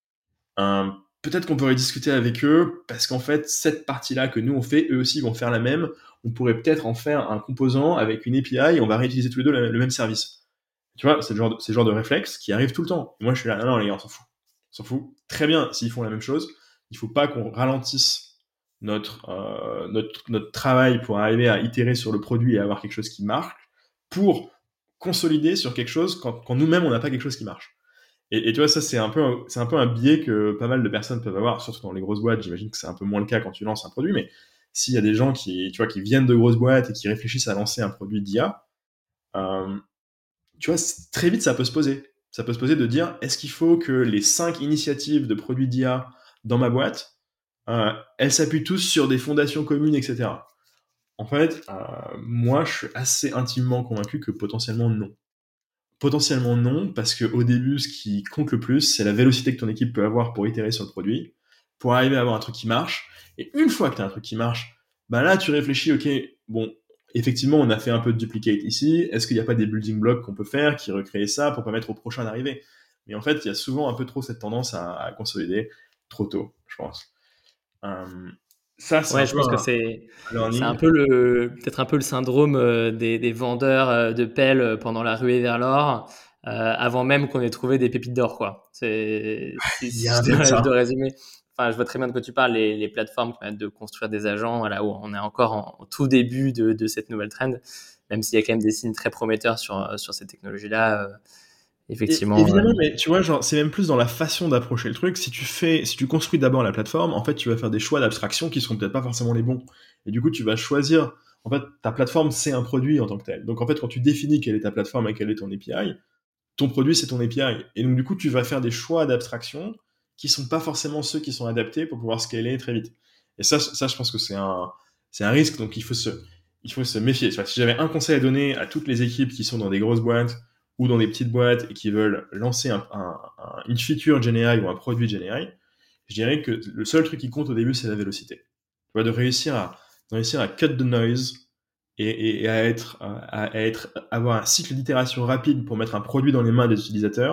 Euh, peut-être qu'on pourrait discuter avec eux parce qu'en fait, cette partie-là que nous on fait, eux aussi vont faire la même. On pourrait peut-être en faire un composant avec une A P I et on va réutiliser tous les deux le, le même service. Tu vois, c'est le genre de, c'est le genre de réflexe qui arrive tout le temps. Et moi, je suis là, non, non, les gars, on s'en fout. On s'en fout. Très bien s'ils font la même chose. Il faut pas qu'on ralentisse notre, euh, notre, notre travail pour arriver à itérer sur le produit et avoir quelque chose qui marche pour consolider sur quelque chose quand, quand nous-mêmes, on n'a pas quelque chose qui marche. Et, et tu vois, ça, c'est un, peu un, c'est un peu un biais que pas mal de personnes peuvent avoir, surtout dans les grosses boîtes. J'imagine que c'est un peu moins le cas quand tu lances un produit, mais s'il y a des gens qui, tu vois, qui viennent de grosses boîtes et qui réfléchissent à lancer un produit d'I A, euh, tu vois, très vite, ça peut se poser. Ça peut se poser de dire, est-ce qu'il faut que les cinq initiatives de produits d'I A dans ma boîte, euh, elles s'appuient tous sur des fondations communes, et cetera. En fait, euh, moi, je suis assez intimement convaincu que potentiellement non. Potentiellement non, parce qu'au début, ce qui compte le plus, c'est la vélocité que ton équipe peut avoir pour itérer sur le produit, pour arriver à avoir un truc qui marche. Et une fois que tu as un truc qui marche, bah là, tu réfléchis, ok, bon, effectivement, on a fait un peu de duplicate ici. Est-ce qu'il n'y a pas des building blocks qu'on peut faire qui recréent ça pour permettre au prochain d'arriver? Mais en fait, il y a souvent un peu trop cette tendance à, à consolider trop tôt, je pense. Euh, ça, c'est Ouais, un je peu pense que un c'est c'est un learning. peu le peut-être un peu le syndrome euh, des, des vendeurs euh, de pelles euh, pendant la ruée vers l'or, euh, avant même qu'on ait trouvé des pépites d'or, quoi. C'est si, Il y a si un je peu de dois, je dois ça. résumer. Enfin, je vois très bien de quoi tu parles, les, les plateformes qui permettent de construire des agents, voilà, où on est encore en, en tout début de, de cette nouvelle trend, même s'il y a quand même des signes très prometteurs sur sur ces technologies-là. Euh, Et, effectivement, euh, évidemment, mais tu vois, genre, c'est même plus dans la façon d'approcher le truc. Si tu fais, si tu construis d'abord la plateforme, en fait, tu vas faire des choix d'abstraction qui seront peut-être pas forcément les bons. Et du coup, tu vas choisir. En fait, ta plateforme, c'est un produit en tant que tel. Donc, en fait, quand tu définis quelle est ta plateforme et quel est ton A P I, ton produit, c'est ton A P I. Et donc, du coup, tu vas faire des choix d'abstraction qui sont pas forcément ceux qui sont adaptés pour pouvoir scaler très vite. Et ça, ça, je pense que c'est un, c'est un risque. Donc, il faut se, il faut se méfier. Enfin, si j'avais un conseil à donner à toutes les équipes qui sont dans des grosses boîtes ou dans des petites boîtes et qui veulent lancer un, un, un, une feature Gen A I ou un produit Gen A I, je dirais que le seul truc qui compte au début, c'est la vélocité. Tu vois, de réussir à, de réussir à cut the noise et, et, et à être, à, à être, avoir un cycle d'itération rapide pour mettre un produit dans les mains des utilisateurs,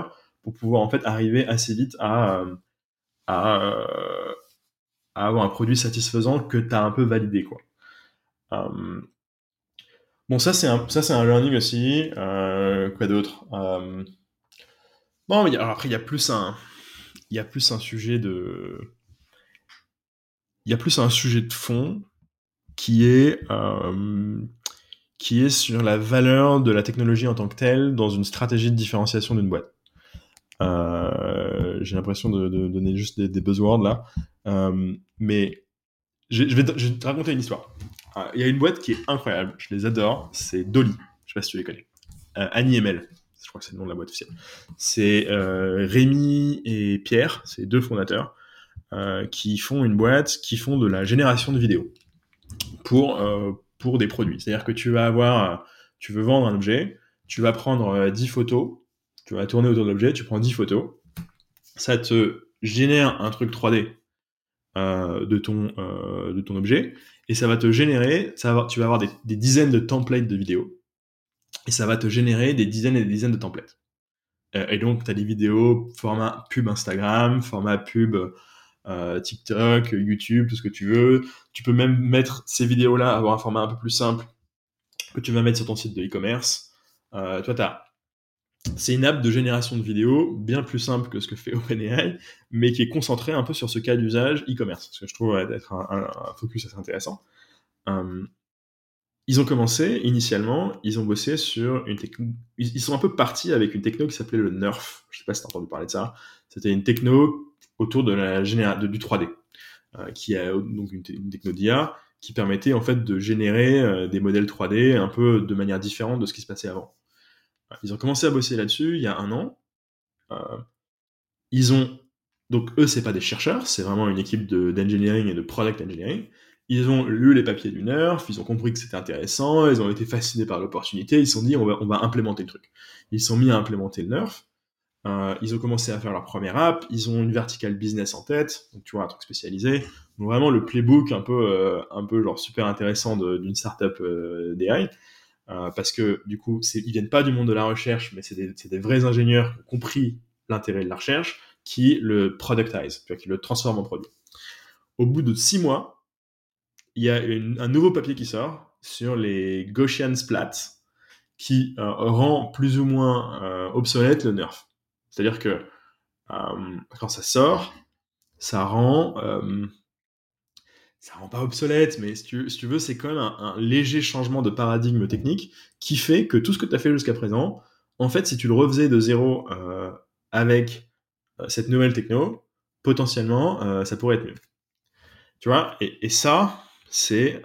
pour pouvoir en fait arriver assez vite à, euh, à, euh, à avoir un produit satisfaisant que tu as un peu validé, quoi. Euh, bon, ça c'est un, ça c'est un learning aussi. Euh, quoi d'autre? Euh, bon, mais y a- alors après il y a plus un, il y a plus un sujet de, il y a plus un sujet de fond qui est euh, qui est sur la valeur de la technologie en tant que telle dans une stratégie de différenciation d'une boîte. Euh, j'ai l'impression de, de donner juste des, des buzzwords là, euh, mais je, je, vais te, je vais te raconter une histoire. Euh, Il y a une boîte qui est incroyable, je les adore, c'est Dolly. Je sais pas si tu les connais. Euh, Annie M L, je crois que c'est le nom de la boîte officielle. C'est euh, Rémi et Pierre, c'est deux fondateurs, euh, qui font une boîte qui font de la génération de vidéos pour, euh, pour des produits. C'est-à-dire que tu vas avoir, euh, tu veux vendre un objet, tu vas prendre euh, dix photos, tu vas tourner autour de l'objet, tu prends dix photos, ça te génère un truc trois D euh, de, ton, euh, de ton objet, et ça va te générer, ça va, tu vas avoir des, des dizaines de templates de vidéos, et ça va te générer des dizaines et des dizaines de templates. Euh, et donc, tu as des vidéos format pub Instagram, format pub euh, TikTok, YouTube, tout ce que tu veux. Tu peux même mettre ces vidéos-là, avoir un format un peu plus simple que tu vas mettre sur ton site de e-commerce. Euh, toi, t'as... C'est une app de génération de vidéos bien plus simple que ce que fait OpenAI, mais qui est concentrée un peu sur ce cas d'usage e-commerce, ce que je trouve ouais, d'être un, un, un focus assez intéressant. Euh, ils ont commencé, initialement, ils ont bossé sur une techno... Ils sont un peu partis avec une techno qui s'appelait le Nerf. Je sais pas si t'as entendu parler de ça. C'était une techno autour de la généra... de, du trois D, euh, qui a donc une, une techno d'I A qui permettait en fait de générer euh, des modèles trois D un peu de manière différente de ce qui se passait avant. Ils ont commencé à bosser là-dessus il y a un an. Euh, ils ont donc eux c'est pas des chercheurs, c'est vraiment une équipe de, d'engineering et de product engineering. Ils ont lu les papiers du Nerf, ils ont compris que c'était intéressant, ils ont été fascinés par l'opportunité, ils se sont dit on va, on va implémenter le truc. Ils se sont mis à implémenter le Nerf. Euh, ils ont commencé à faire leur première app, ils ont une vertical business en tête, donc tu vois, un truc spécialisé. Donc vraiment le playbook un peu, euh, un peu genre super intéressant de, d'une startup euh, d'A I, euh, parce que du coup, c'est, ils viennent pas du monde de la recherche, mais c'est des, c'est des vrais ingénieurs qui ont compris l'intérêt de la recherche, qui le productise, tu vois, qui le transforment en produit. Au bout de six mois, il y a une, un nouveau papier qui sort sur les Gaussian splats, qui euh, rend plus ou moins euh, obsolète le Nerf. C'est-à-dire que euh, quand ça sort, ça rend, euh, ça rend pas obsolète, mais si tu, si tu veux, c'est quand même un, un léger changement de paradigme technique qui fait que tout ce que tu as fait jusqu'à présent, en fait, si tu le refaisais de zéro euh, avec euh, cette nouvelle techno, potentiellement, euh, ça pourrait être mieux. Tu vois, et, et ça, c'est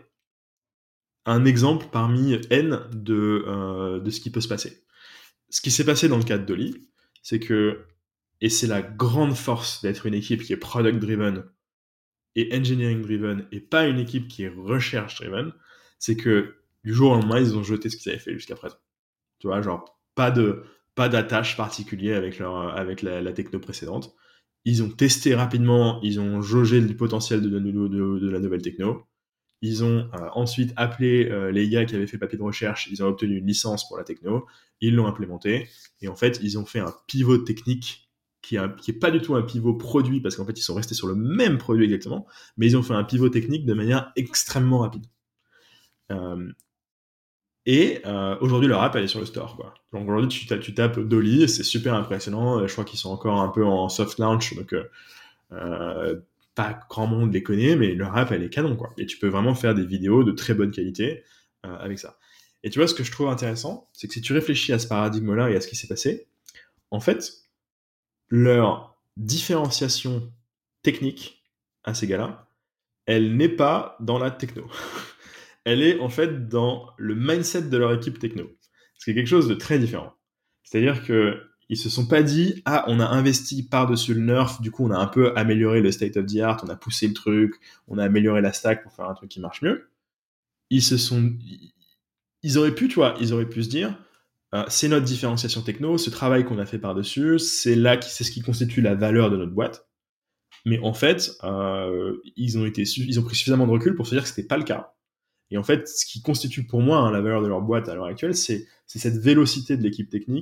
un exemple parmi N de, euh, de ce qui peut se passer. Ce qui s'est passé dans le cas de Dolly, c'est que, et c'est la grande force d'être une équipe qui est product-driven et engineering-driven et pas une équipe qui est recherche-driven, c'est que du jour au lendemain, ils ont jeté ce qu'ils avaient fait jusqu'à présent. Tu vois, genre, pas de pas d'attache particulier avec, leur, avec la, la techno précédente. Ils ont testé rapidement, ils ont jaugé le potentiel de, de, de, de la nouvelle techno. Ils ont euh, ensuite appelé euh, les gars qui avaient fait papier de recherche, ils ont obtenu une licence pour la techno, ils l'ont implémenté, et en fait, ils ont fait un pivot technique qui est, qui est pas du tout un pivot produit, parce qu'en fait, ils sont restés sur le même produit exactement, mais ils ont fait un pivot technique de manière extrêmement rapide. Euh, et euh, aujourd'hui, leur app, elle est sur le store, quoi. Donc aujourd'hui, tu, ta- tu tapes Dolly, c'est super impressionnant, je crois qu'ils sont encore un peu en soft launch, donc... Euh, euh, pas grand monde les connaît, mais leur app, elle est canon, quoi. Et tu peux vraiment faire des vidéos de très bonne qualité euh, avec ça. Et tu vois, ce que je trouve intéressant, c'est que si tu réfléchis à ce paradigme-là et à ce qui s'est passé, en fait, leur différenciation technique à ces gars-là, elle n'est pas dans la techno. Elle est en fait dans le mindset de leur équipe techno. Ce qui est quelque chose de très différent. C'est-à-dire que ils se sont pas dit ah on a investi par-dessus le Nerf, du coup on a un peu amélioré le state of the art, on a poussé le truc, on a amélioré la stack pour faire un truc qui marche mieux. Ils se sont ils auraient pu, tu vois, ils auraient pu se dire euh, c'est notre différenciation techno, ce travail qu'on a fait par-dessus, c'est là qui c'est ce qui constitue la valeur de notre boîte. Mais en fait, euh, ils ont été ils ont pris suffisamment de recul pour se dire que c'était pas le cas. Et en fait, ce qui constitue pour moi hein, la valeur de leur boîte à l'heure actuelle, c'est, c'est cette vélocité de l'équipe technique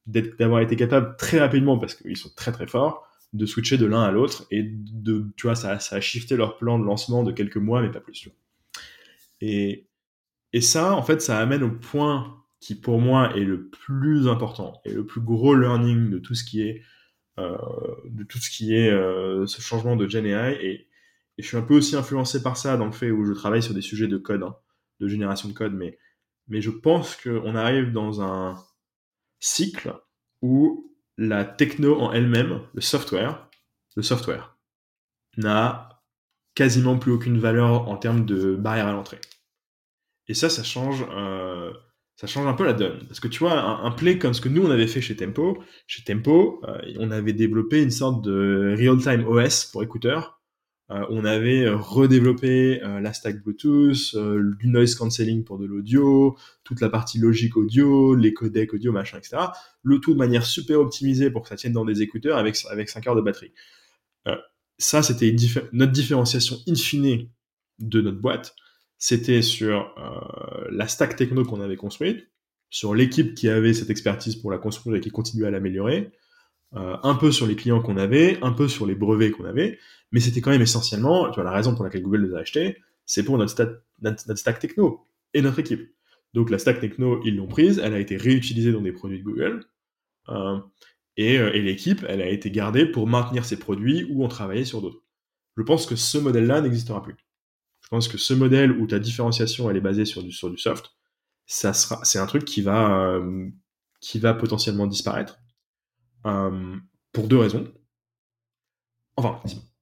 d'être, d'avoir été capable très rapidement, parce qu'ils sont très très forts, de switcher de l'un à l'autre, et de, tu vois, ça, ça a shifté leur plan de lancement de quelques mois, mais pas plus. Tu vois. Et, et ça, en fait, ça amène au point qui, pour moi, est le plus important, et le plus gros learning de tout ce qui est, euh, de tout ce qui est euh, ce changement de Gen A I, et, et je suis un peu aussi influencé par ça, dans le fait où je travaille sur des sujets de code, hein, de génération de code, mais, mais je pense qu'on arrive dans un cycle où la techno en elle-même, le software, le software, n'a quasiment plus aucune valeur en termes de barrière à l'entrée. Et ça, ça change, euh, ça change un peu la donne. Parce que tu vois, un, un play comme ce que nous on avait fait chez Tempo, chez Tempo, euh, on avait développé une sorte de real-time O S pour écouteurs. Euh, on avait redéveloppé euh, la stack Bluetooth, euh, du noise cancelling pour de l'audio, toute la partie logique audio, les codecs audio, machin, et cetera. Le tout de manière super optimisée pour que ça tienne dans des écouteurs avec, avec cinq heures de batterie. Euh, ça, c'était une diffé- notre différenciation in fine de notre boîte. C'était sur euh, la stack techno qu'on avait construite, sur l'équipe qui avait cette expertise pour la construire et qui continuait à l'améliorer, euh, un peu sur les clients qu'on avait, un peu sur les brevets qu'on avait, mais c'était quand même essentiellement, tu vois, la raison pour laquelle Google les a achetés, c'est pour notre, stat- notre, notre stack techno et notre équipe. Donc la stack techno, ils l'ont prise, elle a été réutilisée dans des produits de Google, euh, et, euh, et l'équipe, elle a été gardée pour maintenir ces produits ou en travailler sur d'autres. Je pense que ce modèle-là n'existera plus. Je pense que ce modèle où ta différenciation, elle est basée sur du, sur du soft, ça sera, c'est un truc qui va, euh, qui va potentiellement disparaître, euh, pour deux raisons. Enfin,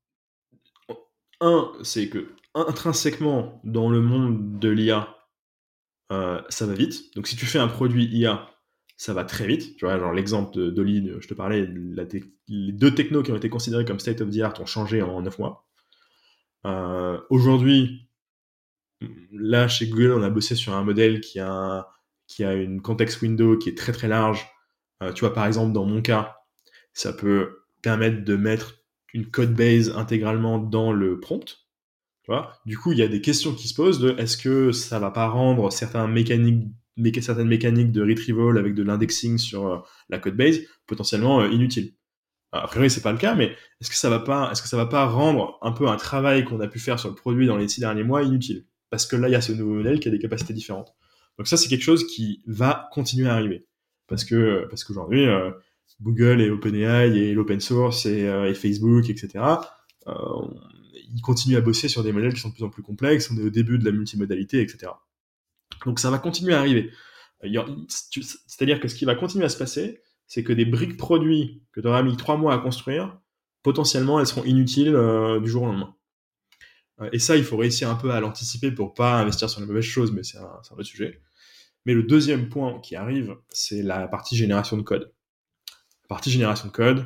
un, c'est que intrinsèquement, dans le monde de l'I A, euh, ça va vite. Donc si tu fais un produit I A, ça va très vite. Tu vois, genre l'exemple de d'Oli, je te parlais, la te- les deux technos qui ont été considérés comme state of the art ont changé en neuf mois. Euh, aujourd'hui, là, chez Google, on a bossé sur un modèle qui a, qui a une context window qui est très très large. Euh, tu vois, par exemple, dans mon cas, ça peut permettre de mettre une code base intégralement dans le prompt. Tu vois, du coup, il y a des questions qui se posent de est-ce que ça va pas rendre certains mécaniques, méca- certaines mécaniques de retrieval avec de l'indexing sur euh, la code base potentiellement euh, inutiles. A priori, c'est pas le cas, mais est-ce que ça va pas, est-ce que ça va pas rendre un peu un travail qu'on a pu faire sur le produit dans les six derniers mois inutile? Parce que là, il y a ce nouveau modèle qui a des capacités différentes. Donc ça, c'est quelque chose qui va continuer à arriver. Parce que, parce qu'aujourd'hui, euh, Google et OpenAI et l'open source et, euh, et Facebook, et cetera, euh, ils continuent à bosser sur des modèles qui sont de plus en plus complexes. On est au début de la multimodalité, et cetera. Donc ça va continuer à arriver. C'est-à-dire que ce qui va continuer à se passer, c'est que des briques produits que tu auras mis trois mois à construire, potentiellement, elles seront inutiles euh, du jour au lendemain. Euh, et ça, il faut réussir un peu à l'anticiper pour pas investir sur les mauvaises choses, mais c'est un, c'est un autre sujet. Mais le deuxième point qui arrive, c'est la partie génération de code. La partie génération de code,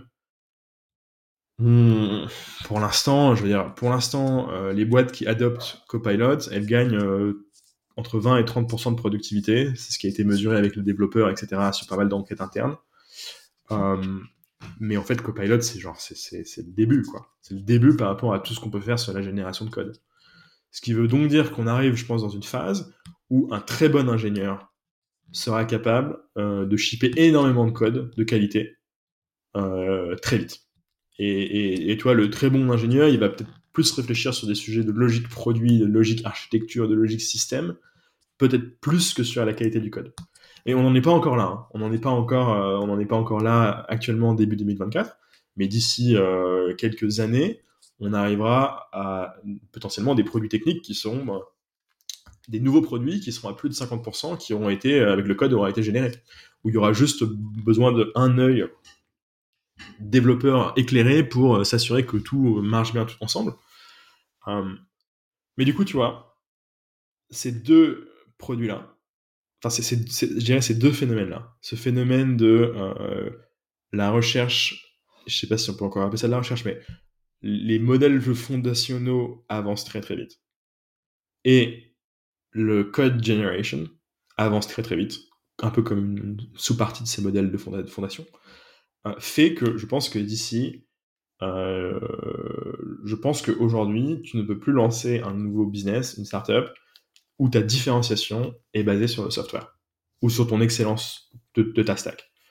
hmm, pour l'instant, je veux dire, pour l'instant, euh, les boîtes qui adoptent Copilot, elles gagnent euh, entre vingt et trente pour cent de productivité. C'est ce qui a été mesuré avec le développeur, et cetera, sur pas mal d'enquêtes internes. Euh, mais en fait, Copilot, c'est genre, c'est, c'est, c'est le début, quoi. C'est le début par rapport à tout ce qu'on peut faire sur la génération de code. Ce qui veut donc dire qu'on arrive, je pense, dans une phase où un très bon ingénieur sera capable euh, de shipper énormément de code de qualité euh, très vite. Et, et, et tu vois, le très bon ingénieur, il va peut-être plus réfléchir sur des sujets de logique produit, de logique architecture, de logique système, peut-être plus que sur la qualité du code. Et on n'en est pas encore là. Hein. On n'en est pas encore, euh, on n'en est pas encore là actuellement début deux mille vingt-quatre. Mais d'ici euh, quelques années, on arrivera à potentiellement des produits techniques qui sont bah, des nouveaux produits qui seront à plus de cinquante pour cent qui auront été avec le code aura été généré. Où il y aura juste besoin d'un œil développeur éclairé pour euh, s'assurer que tout marche bien tout ensemble. Euh, mais du coup, tu vois, ces deux produits-là, enfin, c'est, c'est, c'est, je dirais ces deux phénomènes-là, ce phénomène de euh, la recherche, je sais pas si on peut encore appeler ça de la recherche, mais les modèles fondationaux avancent très très vite. Et le code generation avance très très vite, un peu comme une sous-partie de ces modèles de fonda- de fondation, euh, fait que je pense que d'ici Euh, je pense qu'aujourd'hui, tu ne peux plus lancer un nouveau business, une startup, où ta différenciation est basée sur le software ou sur ton excellence de, de ta stack.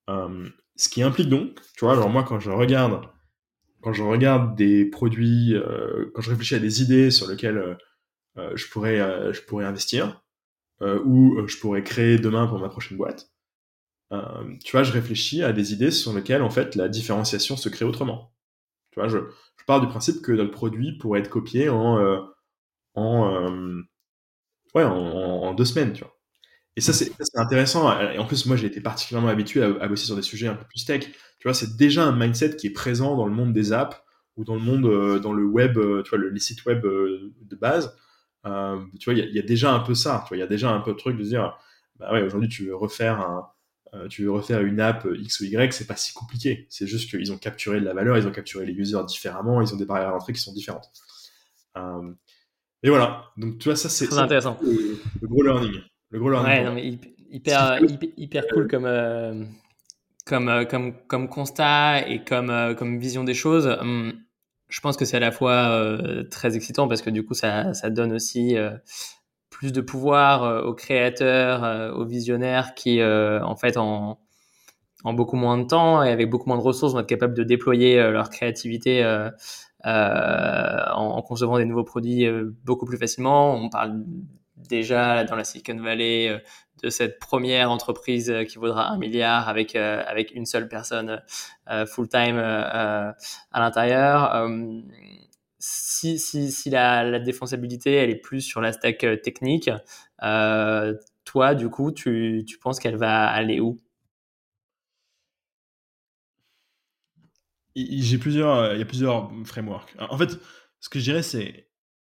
Euh, ce qui implique donc, tu vois, genre moi quand je regarde, quand je regarde des produits, euh, quand je réfléchis à des idées sur lesquelles euh, euh, je pourrais, euh, je pourrais investir euh, ou euh, je pourrais créer demain pour ma prochaine boîte, euh, tu vois, je réfléchis à des idées sur lesquelles en fait la différenciation se crée autrement. Tu vois, je, je pars du principe que notre produit pourrait être copié en, euh, en, euh, ouais, en, en- en deux semaines, tu vois. Et ça, c'est ça, c'est intéressant. Et en plus, moi, j'ai été particulièrement habitué à, à bosser sur des sujets un peu plus tech. Tu vois, c'est déjà un mindset qui est présent dans le monde des apps ou dans le monde, euh, dans le web, euh, tu vois, le, les sites web euh, de base. Euh, tu vois, il y, a- il y a déjà un peu ça. Tu vois, il y a déjà un peu le truc de dire, bah ouais, aujourd'hui, tu veux refaire un, euh, tu veux refaire une app euh, X ou Y, c'est pas si compliqué. C'est juste qu'ils ont capturé de la valeur, ils ont capturé les users différemment, ils ont des barrières à l'entrée qui sont différentes. Euh, et voilà. Donc, tu vois, ça, c'est Très ça, intéressant. c'est le, le gros learning. Le gros learning Ouais, pour non, moi. mais hyp- Ce qui hyper, fait hyper, hyper cool comme, euh, comme, euh, comme, comme constat et comme, euh, comme vision des choses. Hum, je pense que c'est à la fois euh, très excitant parce que du coup, ça, ça donne aussi euh, plus de pouvoir euh, aux créateurs, euh, aux visionnaires qui, euh, en fait, en, en beaucoup moins de temps et avec beaucoup moins de ressources vont être capables de déployer euh, leur créativité euh, euh, en, en concevant des nouveaux produits euh, beaucoup plus facilement. On parle déjà dans la Silicon Valley euh, de cette première entreprise euh, qui vaudra un milliard avec euh, avec une seule personne euh, full time euh, euh, à l'intérieur. Euh, si si si la, la défensibilité elle est plus sur la stack euh, technique, euh, toi du coup tu tu penses qu'elle va aller où? il- j'ai plusieurs, euh, il y a plusieurs frameworks. En fait, ce que je dirais, c'est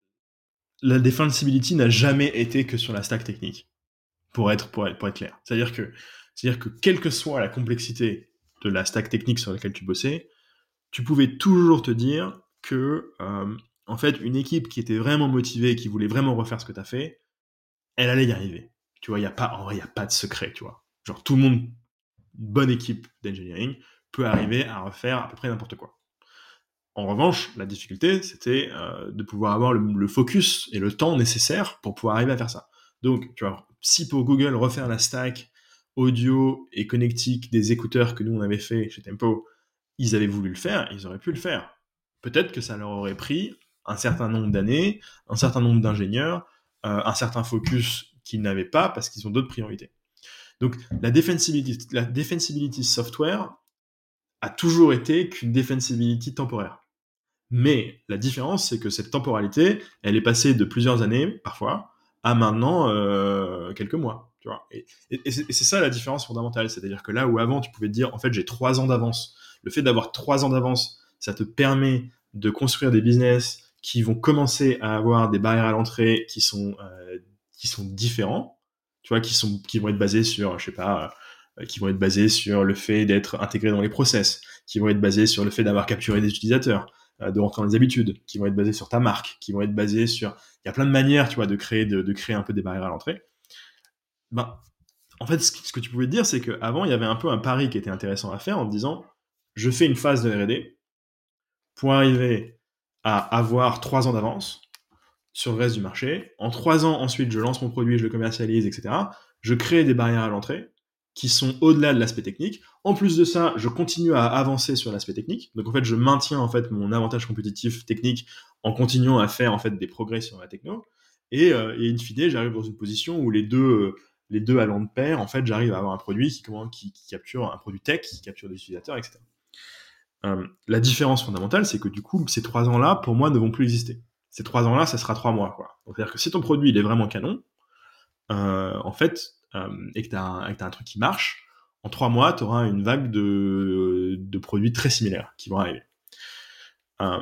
la defensibility n'a jamais été que sur la stack technique, pour être, pour être, pour être clair. C'est-à-dire que, c'est-à-dire que quelle que soit la complexité de la stack technique sur laquelle tu bossais, tu pouvais toujours te dire que, euh, en fait, une équipe qui était vraiment motivée, qui voulait vraiment refaire ce que tu as fait, elle allait y arriver. Tu vois, il y a pas, en vrai, il y a pas de secret, tu vois. Genre, tout le monde, une bonne équipe d'engineering, peut arriver à refaire à peu près n'importe quoi. En revanche, la difficulté, c'était euh, de pouvoir avoir le, le focus et le temps nécessaire pour pouvoir arriver à faire ça. Donc, tu vois, si pour Google refaire la stack audio et connectique des écouteurs que nous on avait fait chez Tempo, ils avaient voulu le faire, ils auraient pu le faire. Peut-être que ça leur aurait pris un certain nombre d'années, un certain nombre d'ingénieurs, euh, un certain focus qu'ils n'avaient pas parce qu'ils ont d'autres priorités. Donc, la defensibility, la defensibility software a toujours été qu'une defensibility temporaire. Mais la différence, c'est que cette temporalité, elle est passée de plusieurs années, parfois, à maintenant euh, quelques mois. Tu vois. Et, et, et c'est, et c'est ça la différence fondamentale. C'est-à-dire que là où avant, tu pouvais te dire, en fait, j'ai trois ans d'avance. Le fait d'avoir trois ans d'avance, ça te permet de construire des business qui vont commencer à avoir des barrières à l'entrée qui sont, euh, qui sont différents, tu vois, qui, sont, qui vont être basés sur, je sais pas, euh, qui vont être basés sur le fait d'être intégrés dans les process, qui vont être basés sur le fait d'avoir capturé des utilisateurs, de rentrer dans les habitudes, qui vont être basées sur ta marque, qui vont être basées sur... Il y a plein de manières, tu vois, de créer, de, de créer un peu des barrières à l'entrée. Ben, en fait, ce que tu pouvais te dire, c'est qu'avant, il y avait un peu un pari qui était intéressant à faire en te disant, je fais une phase de R et D pour arriver à avoir trois ans d'avance sur le reste du marché. En trois ans, ensuite, je lance mon produit, je le commercialise, et cetera. Je crée des barrières à l'entrée qui sont au-delà de l'aspect technique. En plus de ça, je continue à avancer sur l'aspect technique. Donc en fait, je maintiens en fait mon avantage compétitif technique en continuant à faire en fait des progrès sur la techno. Et, euh, et in fine, j'arrive dans une position où les deux, euh, les deux allant de pair, en fait, j'arrive à avoir un produit qui, comment, qui, qui capture un produit tech, qui capture des utilisateurs, et cetera. Euh, la différence fondamentale, c'est que du coup, ces trois ans-là, pour moi, ne vont plus exister. Ces trois ans-là, ça sera trois mois, quoi. Donc, c'est-à-dire que si ton produit, il est vraiment canon, euh, en fait, euh, et que tu as un, un truc qui marche, en trois mois, tu auras une vague de, de produits très similaires qui vont arriver. Euh,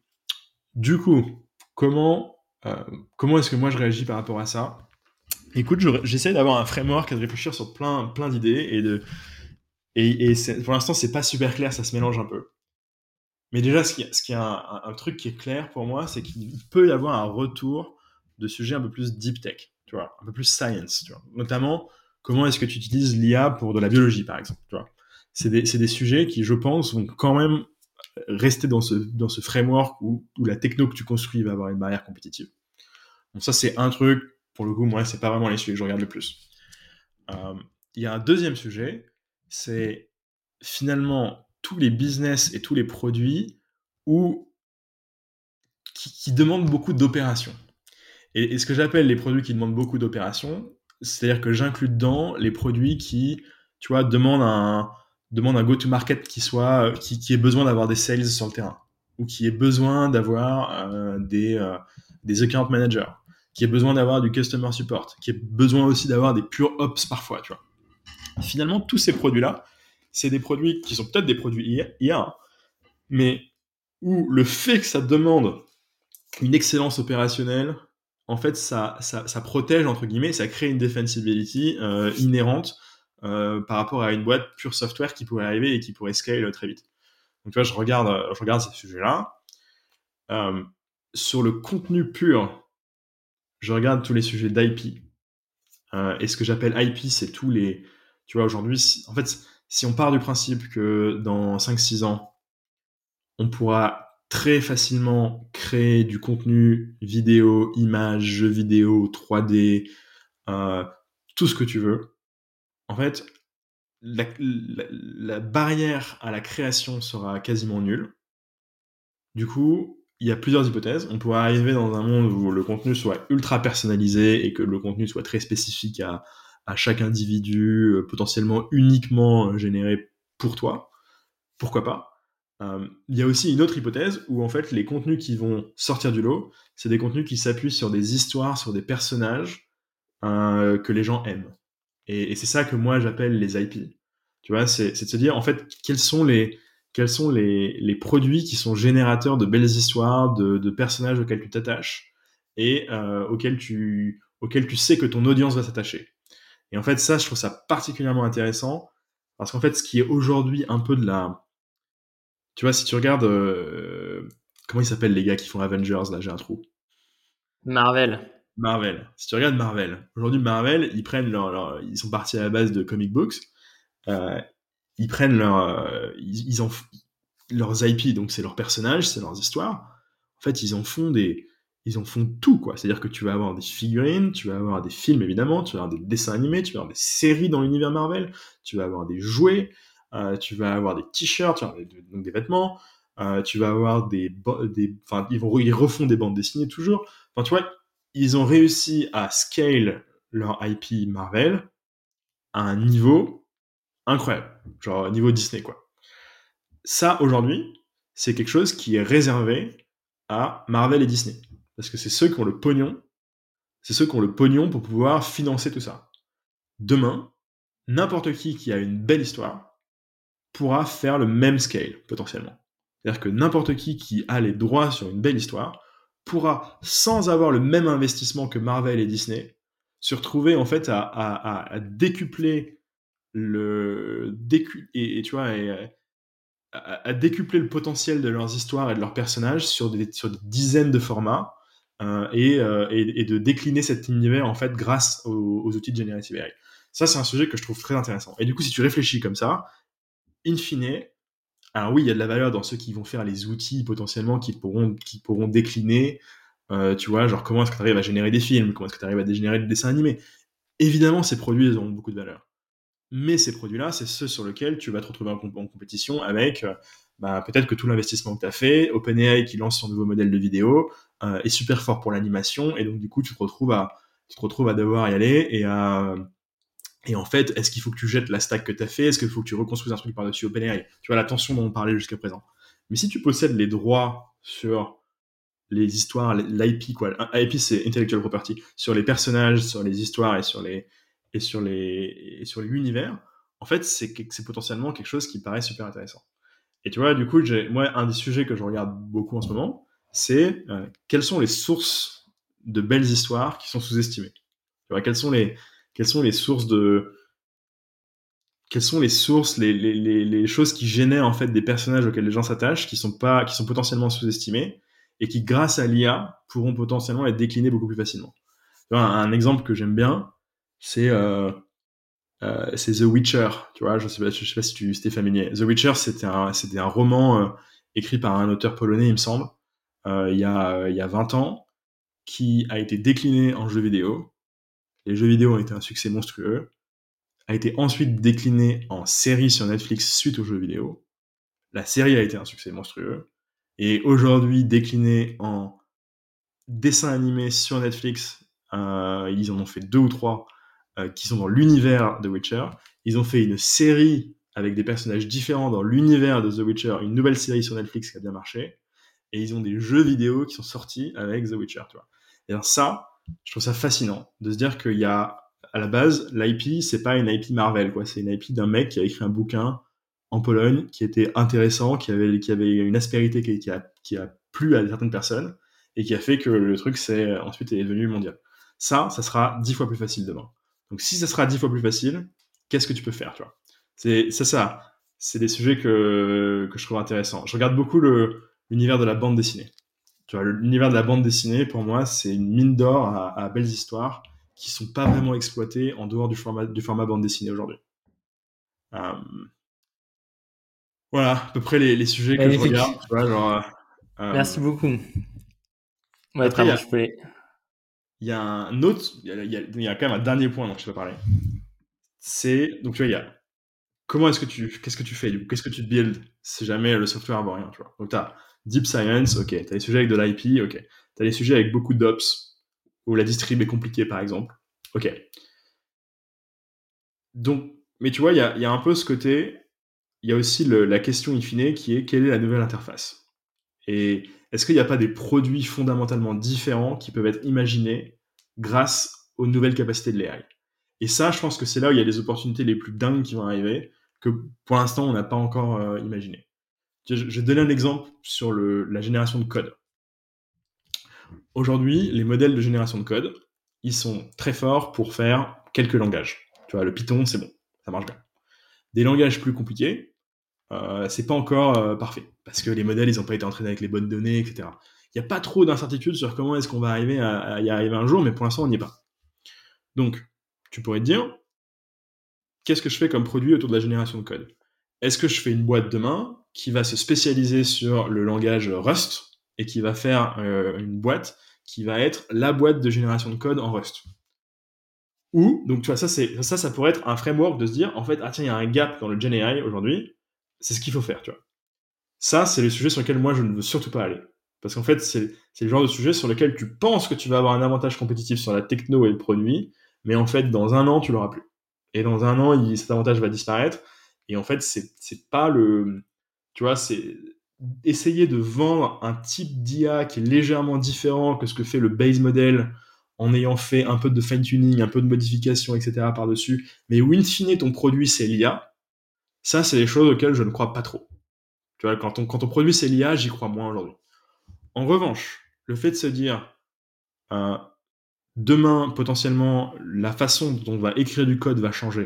du coup, comment, euh, comment est-ce que moi je réagis par rapport à ça? Écoute, je, j'essaie d'avoir un framework et de réfléchir sur plein, plein d'idées et de et, et c'est, pour l'instant c'est pas super clair, ça se mélange un peu. Mais déjà, ce qui, ce qui est un, un, un truc qui est clair pour moi, c'est qu'il peut y avoir un retour de sujets un peu plus deep tech, tu vois, un peu plus science, tu vois. Notamment, comment est-ce que tu utilises l'I A pour de la biologie, par exemple, tu vois. C'est des, c'est des sujets qui, je pense, vont quand même rester dans ce, dans ce framework où, où la techno que tu construis va avoir une barrière compétitive. Donc ça, c'est un truc, pour le coup, moi, c'est pas vraiment les sujets que je regarde le plus. Euh, Il y a un deuxième sujet, c'est finalement tous les business et tous les produits où, qui, qui demandent beaucoup d'opérations. Et, et ce que j'appelle les produits qui demandent beaucoup d'opérations, c'est-à-dire que j'inclus dedans les produits qui, tu vois, demandent un, demandent un go-to-market qui soit, qui, qui ait besoin d'avoir des sales sur le terrain, ou qui ait besoin d'avoir euh, des, euh, des account managers, qui ait besoin d'avoir du customer support, qui ait besoin aussi d'avoir des pure ops parfois, tu vois. Finalement, tous ces produits-là, c'est des produits qui sont peut-être des produits I A, mais où le fait que ça demande une excellence opérationnelle, en fait, ça, ça, ça protège, entre guillemets, ça crée une defensibility euh, inhérente euh, par rapport à une boîte pure software qui pourrait arriver et qui pourrait scale très vite. Donc, tu vois, je regarde, je regarde ces sujets-là. Euh, sur le contenu pur, je regarde tous les sujets d'I P. Euh, et ce que j'appelle I P, c'est tous les... Tu vois, aujourd'hui, si, en fait, si on part du principe que dans cinq six ans, on pourra très facilement créer du contenu vidéo, images, jeux vidéo, trois D, euh, tout ce que tu veux. En fait, la, la, la barrière à la création sera quasiment nulle. Du coup, il y a plusieurs hypothèses. On pourrait arriver dans un monde où le contenu soit ultra personnalisé et que le contenu soit très spécifique à, à chaque individu, euh, potentiellement uniquement généré pour toi. Pourquoi pas? Euh, il y a aussi une autre hypothèse où en fait les contenus qui vont sortir du lot, c'est des contenus qui s'appuient sur des histoires, sur des personnages euh, que les gens aiment. Et, et c'est ça que moi j'appelle les I P. Tu vois, c'est, c'est de se dire en fait quels sont les quels sont les, les produits qui sont générateurs de belles histoires, de, de personnages auxquels tu t'attaches et euh, auxquels tu auxquels tu sais que ton audience va s'attacher. Et en fait ça, je trouve ça particulièrement intéressant parce qu'en fait ce qui est aujourd'hui un peu de la... Tu vois, si tu regardes... Euh, comment ils s'appellent les gars qui font Avengers, là, j'ai un trou. Marvel. Marvel. Si tu regardes Marvel, aujourd'hui Marvel, ils prennent leur, leur- ils sont partis à la base de comic books, euh, ils prennent leur, euh, ils, ils en, f- leurs I P, donc c'est leurs personnages, c'est leurs histoires. En fait, ils en font des, ils en font tout quoi. C'est-à-dire que tu vas avoir des figurines, tu vas avoir des films évidemment, tu vas avoir des dessins animés, tu vas avoir des séries dans l'univers Marvel, tu vas avoir des jouets, euh, tu vas avoir des t-shirts, tu vas avoir des, donc des vêtements, euh, tu vas avoir des, des, enfin ils vont, ils refont des bandes dessinées toujours. Enfin tu vois, ils ont réussi à scale leur I P Marvel à un niveau incroyable, genre niveau Disney quoi. Ça aujourd'hui, c'est quelque chose qui est réservé à Marvel et Disney, parce que c'est ceux qui ont le pognon, c'est ceux qui ont le pognon pour pouvoir financer tout ça. Demain, n'importe qui qui a une belle histoire pourra faire le même scale potentiellement. C'est-à-dire que n'importe qui qui a les droits sur une belle histoire pourra, sans avoir le même investissement que Marvel et Disney, se retrouver en fait à, à, à, à décupler le décu et, et tu vois et, à, à, décupler le potentiel de leurs histoires et de leurs personnages sur des, sur des dizaines de formats euh, et, euh, et, et de décliner cet univers en fait grâce aux, aux outils de Generative A I. Ça, c'est un sujet que je trouve très intéressant. Et du coup, si tu réfléchis comme ça, in fine, alors oui, il y a de la valeur dans ceux qui vont faire les outils potentiellement qui pourront, qui pourront décliner, euh, tu vois, genre comment est-ce que tu arrives à générer des films, comment est-ce que tu arrives à générer des dessins animés. Évidemment, ces produits, ils auront beaucoup de valeur. Mais ces produits-là, c'est ceux sur lesquels tu vas te retrouver en, comp- en compétition avec euh, bah, peut-être que tout l'investissement que tu as fait, OpenAI qui lance son nouveau modèle de vidéo, euh, est super fort pour l'animation, et donc du coup, tu te retrouves à, tu te retrouves à devoir y aller et à... Et en fait, est-ce qu'il faut que tu jettes la stack que tu as fait? Est-ce qu'il faut que tu reconstruises un truc par-dessus OpenAI? Tu vois, la tension dont on parlait jusqu'à présent. Mais si tu possèdes les droits sur les histoires, l'I P, quoi. I P, c'est intellectual property. Sur les personnages, sur les histoires et sur les, et sur les, et sur l'univers, en fait, c'est, c'est potentiellement quelque chose qui paraît super intéressant. Et tu vois, du coup, j'ai, moi, un des sujets que je regarde beaucoup en ce moment, c'est euh, quelles sont les sources de belles histoires qui sont sous-estimées. Tu vois, quelles sont les, quelles sont les sources de, quelles sont les sources, les, les, les, les choses qui génèrent en fait des personnages auxquels les gens s'attachent, qui sont pas, qui sont potentiellement sous-estimés et qui, grâce à l'I A, pourront potentiellement être déclinés beaucoup plus facilement. Tu vois, un, un exemple que j'aime bien, c'est euh, euh, c'est The Witcher. Tu vois, je sais pas, je sais pas si tu si t'es familier. The Witcher, c'était un, c'était un roman euh, écrit par un auteur polonais, il me semble, euh, il y a il y a vingt ans, qui a été décliné en jeu vidéo. Les jeux vidéo ont été un succès monstrueux. a été ensuite déclinée en série sur Netflix suite aux jeux vidéo. La série a été un succès monstrueux. Et aujourd'hui, déclinée en dessin animé sur Netflix, euh, ils en ont fait deux ou trois euh, qui sont dans l'univers de Witcher. Ils ont fait une série avec des personnages différents dans l'univers de The Witcher, une nouvelle série sur Netflix qui a bien marché. Et ils ont des jeux vidéo qui sont sortis avec The Witcher, tu vois. Et alors ça, je trouve ça fascinant de se dire qu'il y a, à la base, l'I P, c'est pas une I P Marvel, quoi. C'est une I P d'un mec qui a écrit un bouquin en Pologne qui était intéressant, qui avait, qui avait une aspérité qui, qui, a, qui a plu à certaines personnes et qui a fait que le truc c'est ensuite est devenu mondial. Ça, ça sera dix fois plus facile demain. Donc si ça sera dix fois plus facile, qu'est-ce que tu peux faire, tu vois? C'est ça, ça. C'est des sujets que que je trouve intéressants. Je regarde beaucoup le l'univers de la bande dessinée. Tu vois, l'univers de la bande dessinée, pour moi, c'est une mine d'or à, à belles histoires qui sont pas vraiment exploitées en dehors du format du format bande dessinée aujourd'hui. Euh, voilà, à peu près les, les sujets que je regarde, Magnifique. tu vois, genre. Euh, Merci beaucoup. Ouais, après, il y pardon, a je voulais. il y a un autre, il y a, il y a- il y a quand même un dernier point dont je peux parler. C'est donc tu vois, il y a comment est-ce que tu, qu'est-ce que tu fais du coup, qu'est-ce que tu builds si jamais le software a rien, tu vois. Donc t'as deep science, ok, t'as les sujets avec de l'I P, ok, t'as les sujets avec beaucoup d'ops où la distrib est compliquée par exemple, ok. Donc, mais tu vois, il y a, il y a un peu ce côté, il y a aussi le- la question in fine qui est quelle est la nouvelle interface. Et est-ce qu'il n'y a pas des produits fondamentalement différents qui peuvent être imaginés grâce aux nouvelles capacités de l'A I? Et ça, je pense que c'est là où il y a les opportunités les plus dingues qui vont arriver, que pour l'instant, on n'a pas encore euh, imaginé. Je, je vais donner un exemple sur le, la génération de code. Aujourd'hui, les modèles de génération de code, ils sont très forts pour faire quelques langages. Tu vois, le Python, c'est bon, ça marche bien. Des langages plus compliqués, euh, c'est pas encore euh, parfait, parce que les modèles, ils n'ont pas été entraînés avec les bonnes données, et cetera. Il n'y a pas trop d'incertitude sur comment est-ce qu'on va arriver à, à y arriver un jour, mais pour l'instant, on n'y est pas. Donc, tu pourrais te dire, qu'est-ce que je fais comme produit autour de la génération de code? Est-ce que je fais une boîte demain qui va se spécialiser sur le langage Rust et qui va faire euh, une boîte qui va être la boîte de génération de code en Rust? Ou, donc tu vois, ça, c'est, ça, ça pourrait être un framework de se dire, en fait, ah tiens, il y a un gap dans le Gen A I aujourd'hui, c'est ce qu'il faut faire, tu vois. Ça, c'est le sujet sur lequel moi, je ne veux surtout pas aller. Parce qu'en fait, c'est, c'est le genre de sujet sur lequel tu penses que tu vas avoir un avantage compétitif sur la techno et le produit, mais en fait, dans un an, tu l'auras plus. Et dans un an, il, cet avantage va disparaître. Et en fait, c'est, c'est pas le, tu vois, c'est essayer de vendre un type d'I A qui est légèrement différent que ce que fait le base model en ayant fait un peu de fine-tuning, un peu de modification, et cetera par-dessus, mais où in fine ton produit c'est l'I A, ça c'est des choses auxquelles je ne crois pas trop. Tu vois, quand ton, quand ton produit c'est l'I A, j'y crois moins aujourd'hui. En revanche, le fait de se dire, euh, demain, potentiellement, la façon dont on va écrire du code va changer,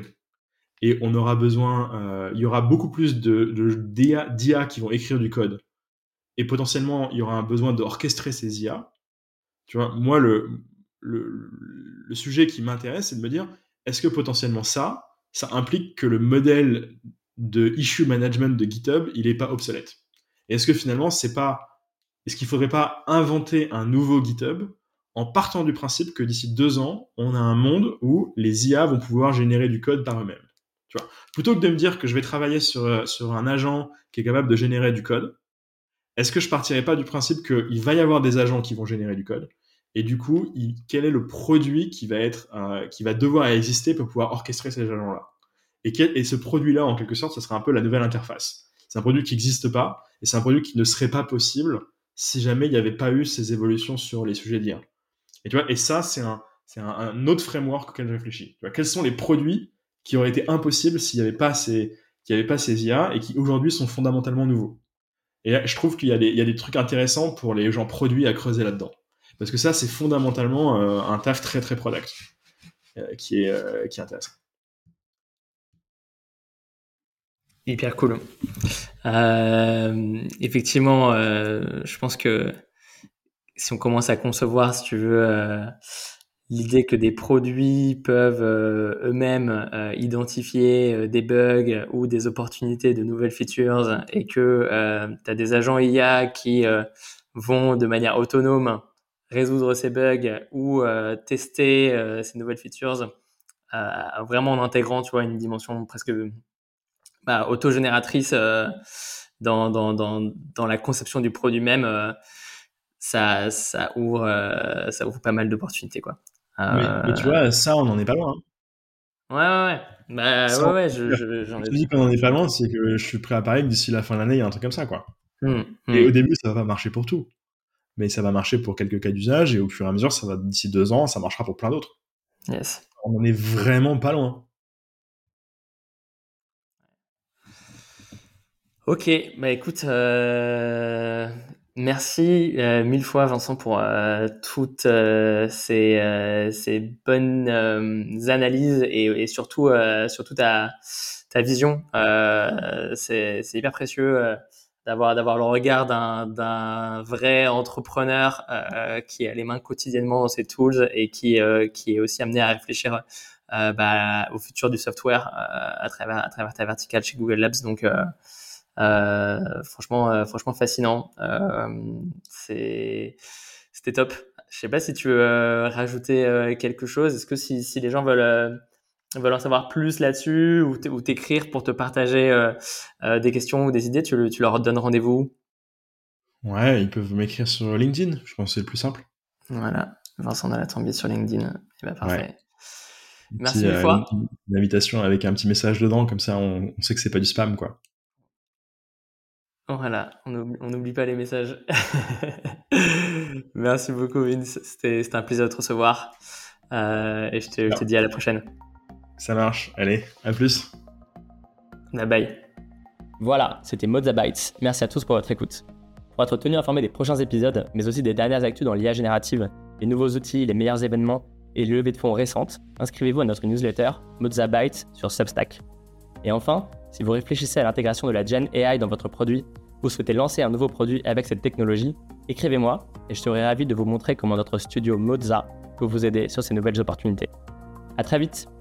et on aura besoin, euh, il y aura beaucoup plus de, de d'I A, d'I A qui vont écrire du code, et potentiellement, il y aura un besoin d'orchestrer ces I A. Tu vois, moi, le, le, le sujet qui m'intéresse, c'est de me dire, est-ce que potentiellement ça, ça implique que le modèle de issue management de GitHub, il est pas obsolète? Et est-ce que finalement, c'est pas, est-ce qu'il faudrait pas inventer un nouveau GitHub en partant du principe que d'ici deux ans, on a un monde où les I A vont pouvoir générer du code par eux-mêmes? Tu vois, plutôt que de me dire que je vais travailler sur, sur un agent qui est capable de générer du code, est-ce que je partirais pas du principe qu'il va y avoir des agents qui vont générer du code et du coup, il, quel est le produit qui va être, euh, qui va devoir exister pour pouvoir orchestrer ces agents-là? Et, quel, et ce produit-là, en quelque sorte, ce sera un peu la nouvelle interface. C'est un produit qui n'existe pas et c'est un produit qui ne serait pas possible si jamais il n'y avait pas eu ces évolutions sur les sujets d'I A. Et tu vois, et ça, c'est un, c'est un, un autre framework auquel je réfléchis. Tu vois, quels sont les produits qui auraient été impossibles s'il n'y avait pas ces, qu'il n'y avait pas ces I A et qui aujourd'hui sont fondamentalement nouveaux? Et là, je trouve qu'il y a des, il y a des trucs intéressants pour les gens produits à creuser là-dedans. Parce que ça, c'est fondamentalement euh, un taf très très product euh, qui, est, euh, qui est intéressant. Hyper cool. Euh, effectivement, euh, je pense que si on commence à concevoir, si tu veux, euh, l'idée que des produits peuvent euh, eux-mêmes euh, identifier euh, des bugs ou des opportunités de nouvelles features et que euh, tu as des agents I A qui euh, vont de manière autonome résoudre ces bugs ou euh, tester euh, ces nouvelles features euh, vraiment en intégrant, tu vois, une dimension presque bah, autogénératrice euh, dans, dans, dans, dans la conception du produit même, euh, ça, ça, ouvre, euh, ça ouvre pas mal d'opportunités, quoi. Mais, mais tu Euh, vois, ça, on n'en est pas loin. Hein. ouais, ouais, ouais. Bah, Ça, ouais, on ouais, peut je, faire. je, Quand j'en je ai. te dis qu'on n'en est pas loin, c'est que je suis prêt à parier que d'ici la fin de l'année, il y a un truc comme ça, quoi. Hmm, Et au hmm. début, ça va pas marcher pour tout. Mais ça va marcher pour quelques cas d'usage, et au fur et à mesure, ça va, d'ici deux ans, ça marchera pour plein d'autres. Yes. On n'en est vraiment pas loin. Ok, bah écoute, euh, merci euh, mille fois Vincent pour euh, toutes euh, ces, euh, ces bonnes euh, analyses et, et surtout, euh, surtout ta, ta vision. Euh, c'est, c'est hyper précieux euh, d'avoir, d'avoir le regard d'un, d'un vrai entrepreneur euh, qui a les mains quotidiennement dans ses tools et qui, euh, qui est aussi amené à réfléchir euh, bah, au futur du software euh, à travers, à travers ta verticale chez Google Labs. Donc, euh, euh, franchement, euh, franchement fascinant. Euh, c'est, c'était top. Je sais pas si tu veux euh, rajouter euh, quelque chose. Est-ce que si, si les gens veulent, euh, veulent en savoir plus là-dessus ou, t- ou t'écrire pour te partager euh, euh, des questions ou des idées, tu, le- tu leur donnes rendez-vous? Ouais, ils peuvent m'écrire sur LinkedIn, je pense que c'est le plus simple. Voilà, Vincent Dalatambi sur LinkedIn. Eh ben, Ouais. parfait. Un Merci petit, mille euh, une, fois. une invitation avec un petit message dedans, comme ça on, on sait que c'est pas du spam, quoi. Voilà, on n'oublie, on n'oublie pas les messages. Merci beaucoup, Vince. C'était, c'était un plaisir de te recevoir. Euh, et je te, je te Super. dis à la prochaine. Ça marche. Allez, à plus. Bye bye. Voilà, c'était Mozzabytes. Merci à tous pour votre écoute. Pour être tenu informé des prochains épisodes, mais aussi des dernières actus dans l'I A générative, les nouveaux outils, les meilleurs événements et les levées de fonds récentes, inscrivez-vous à notre newsletter Mozzabytes sur Substack. Et enfin, si vous réfléchissez à l'intégration de la Gen A I dans votre produit, vous souhaitez lancer un nouveau produit avec cette technologie, écrivez-moi et je serai ravi de vous montrer comment notre studio Mozza peut vous aider sur ces nouvelles opportunités. À très vite.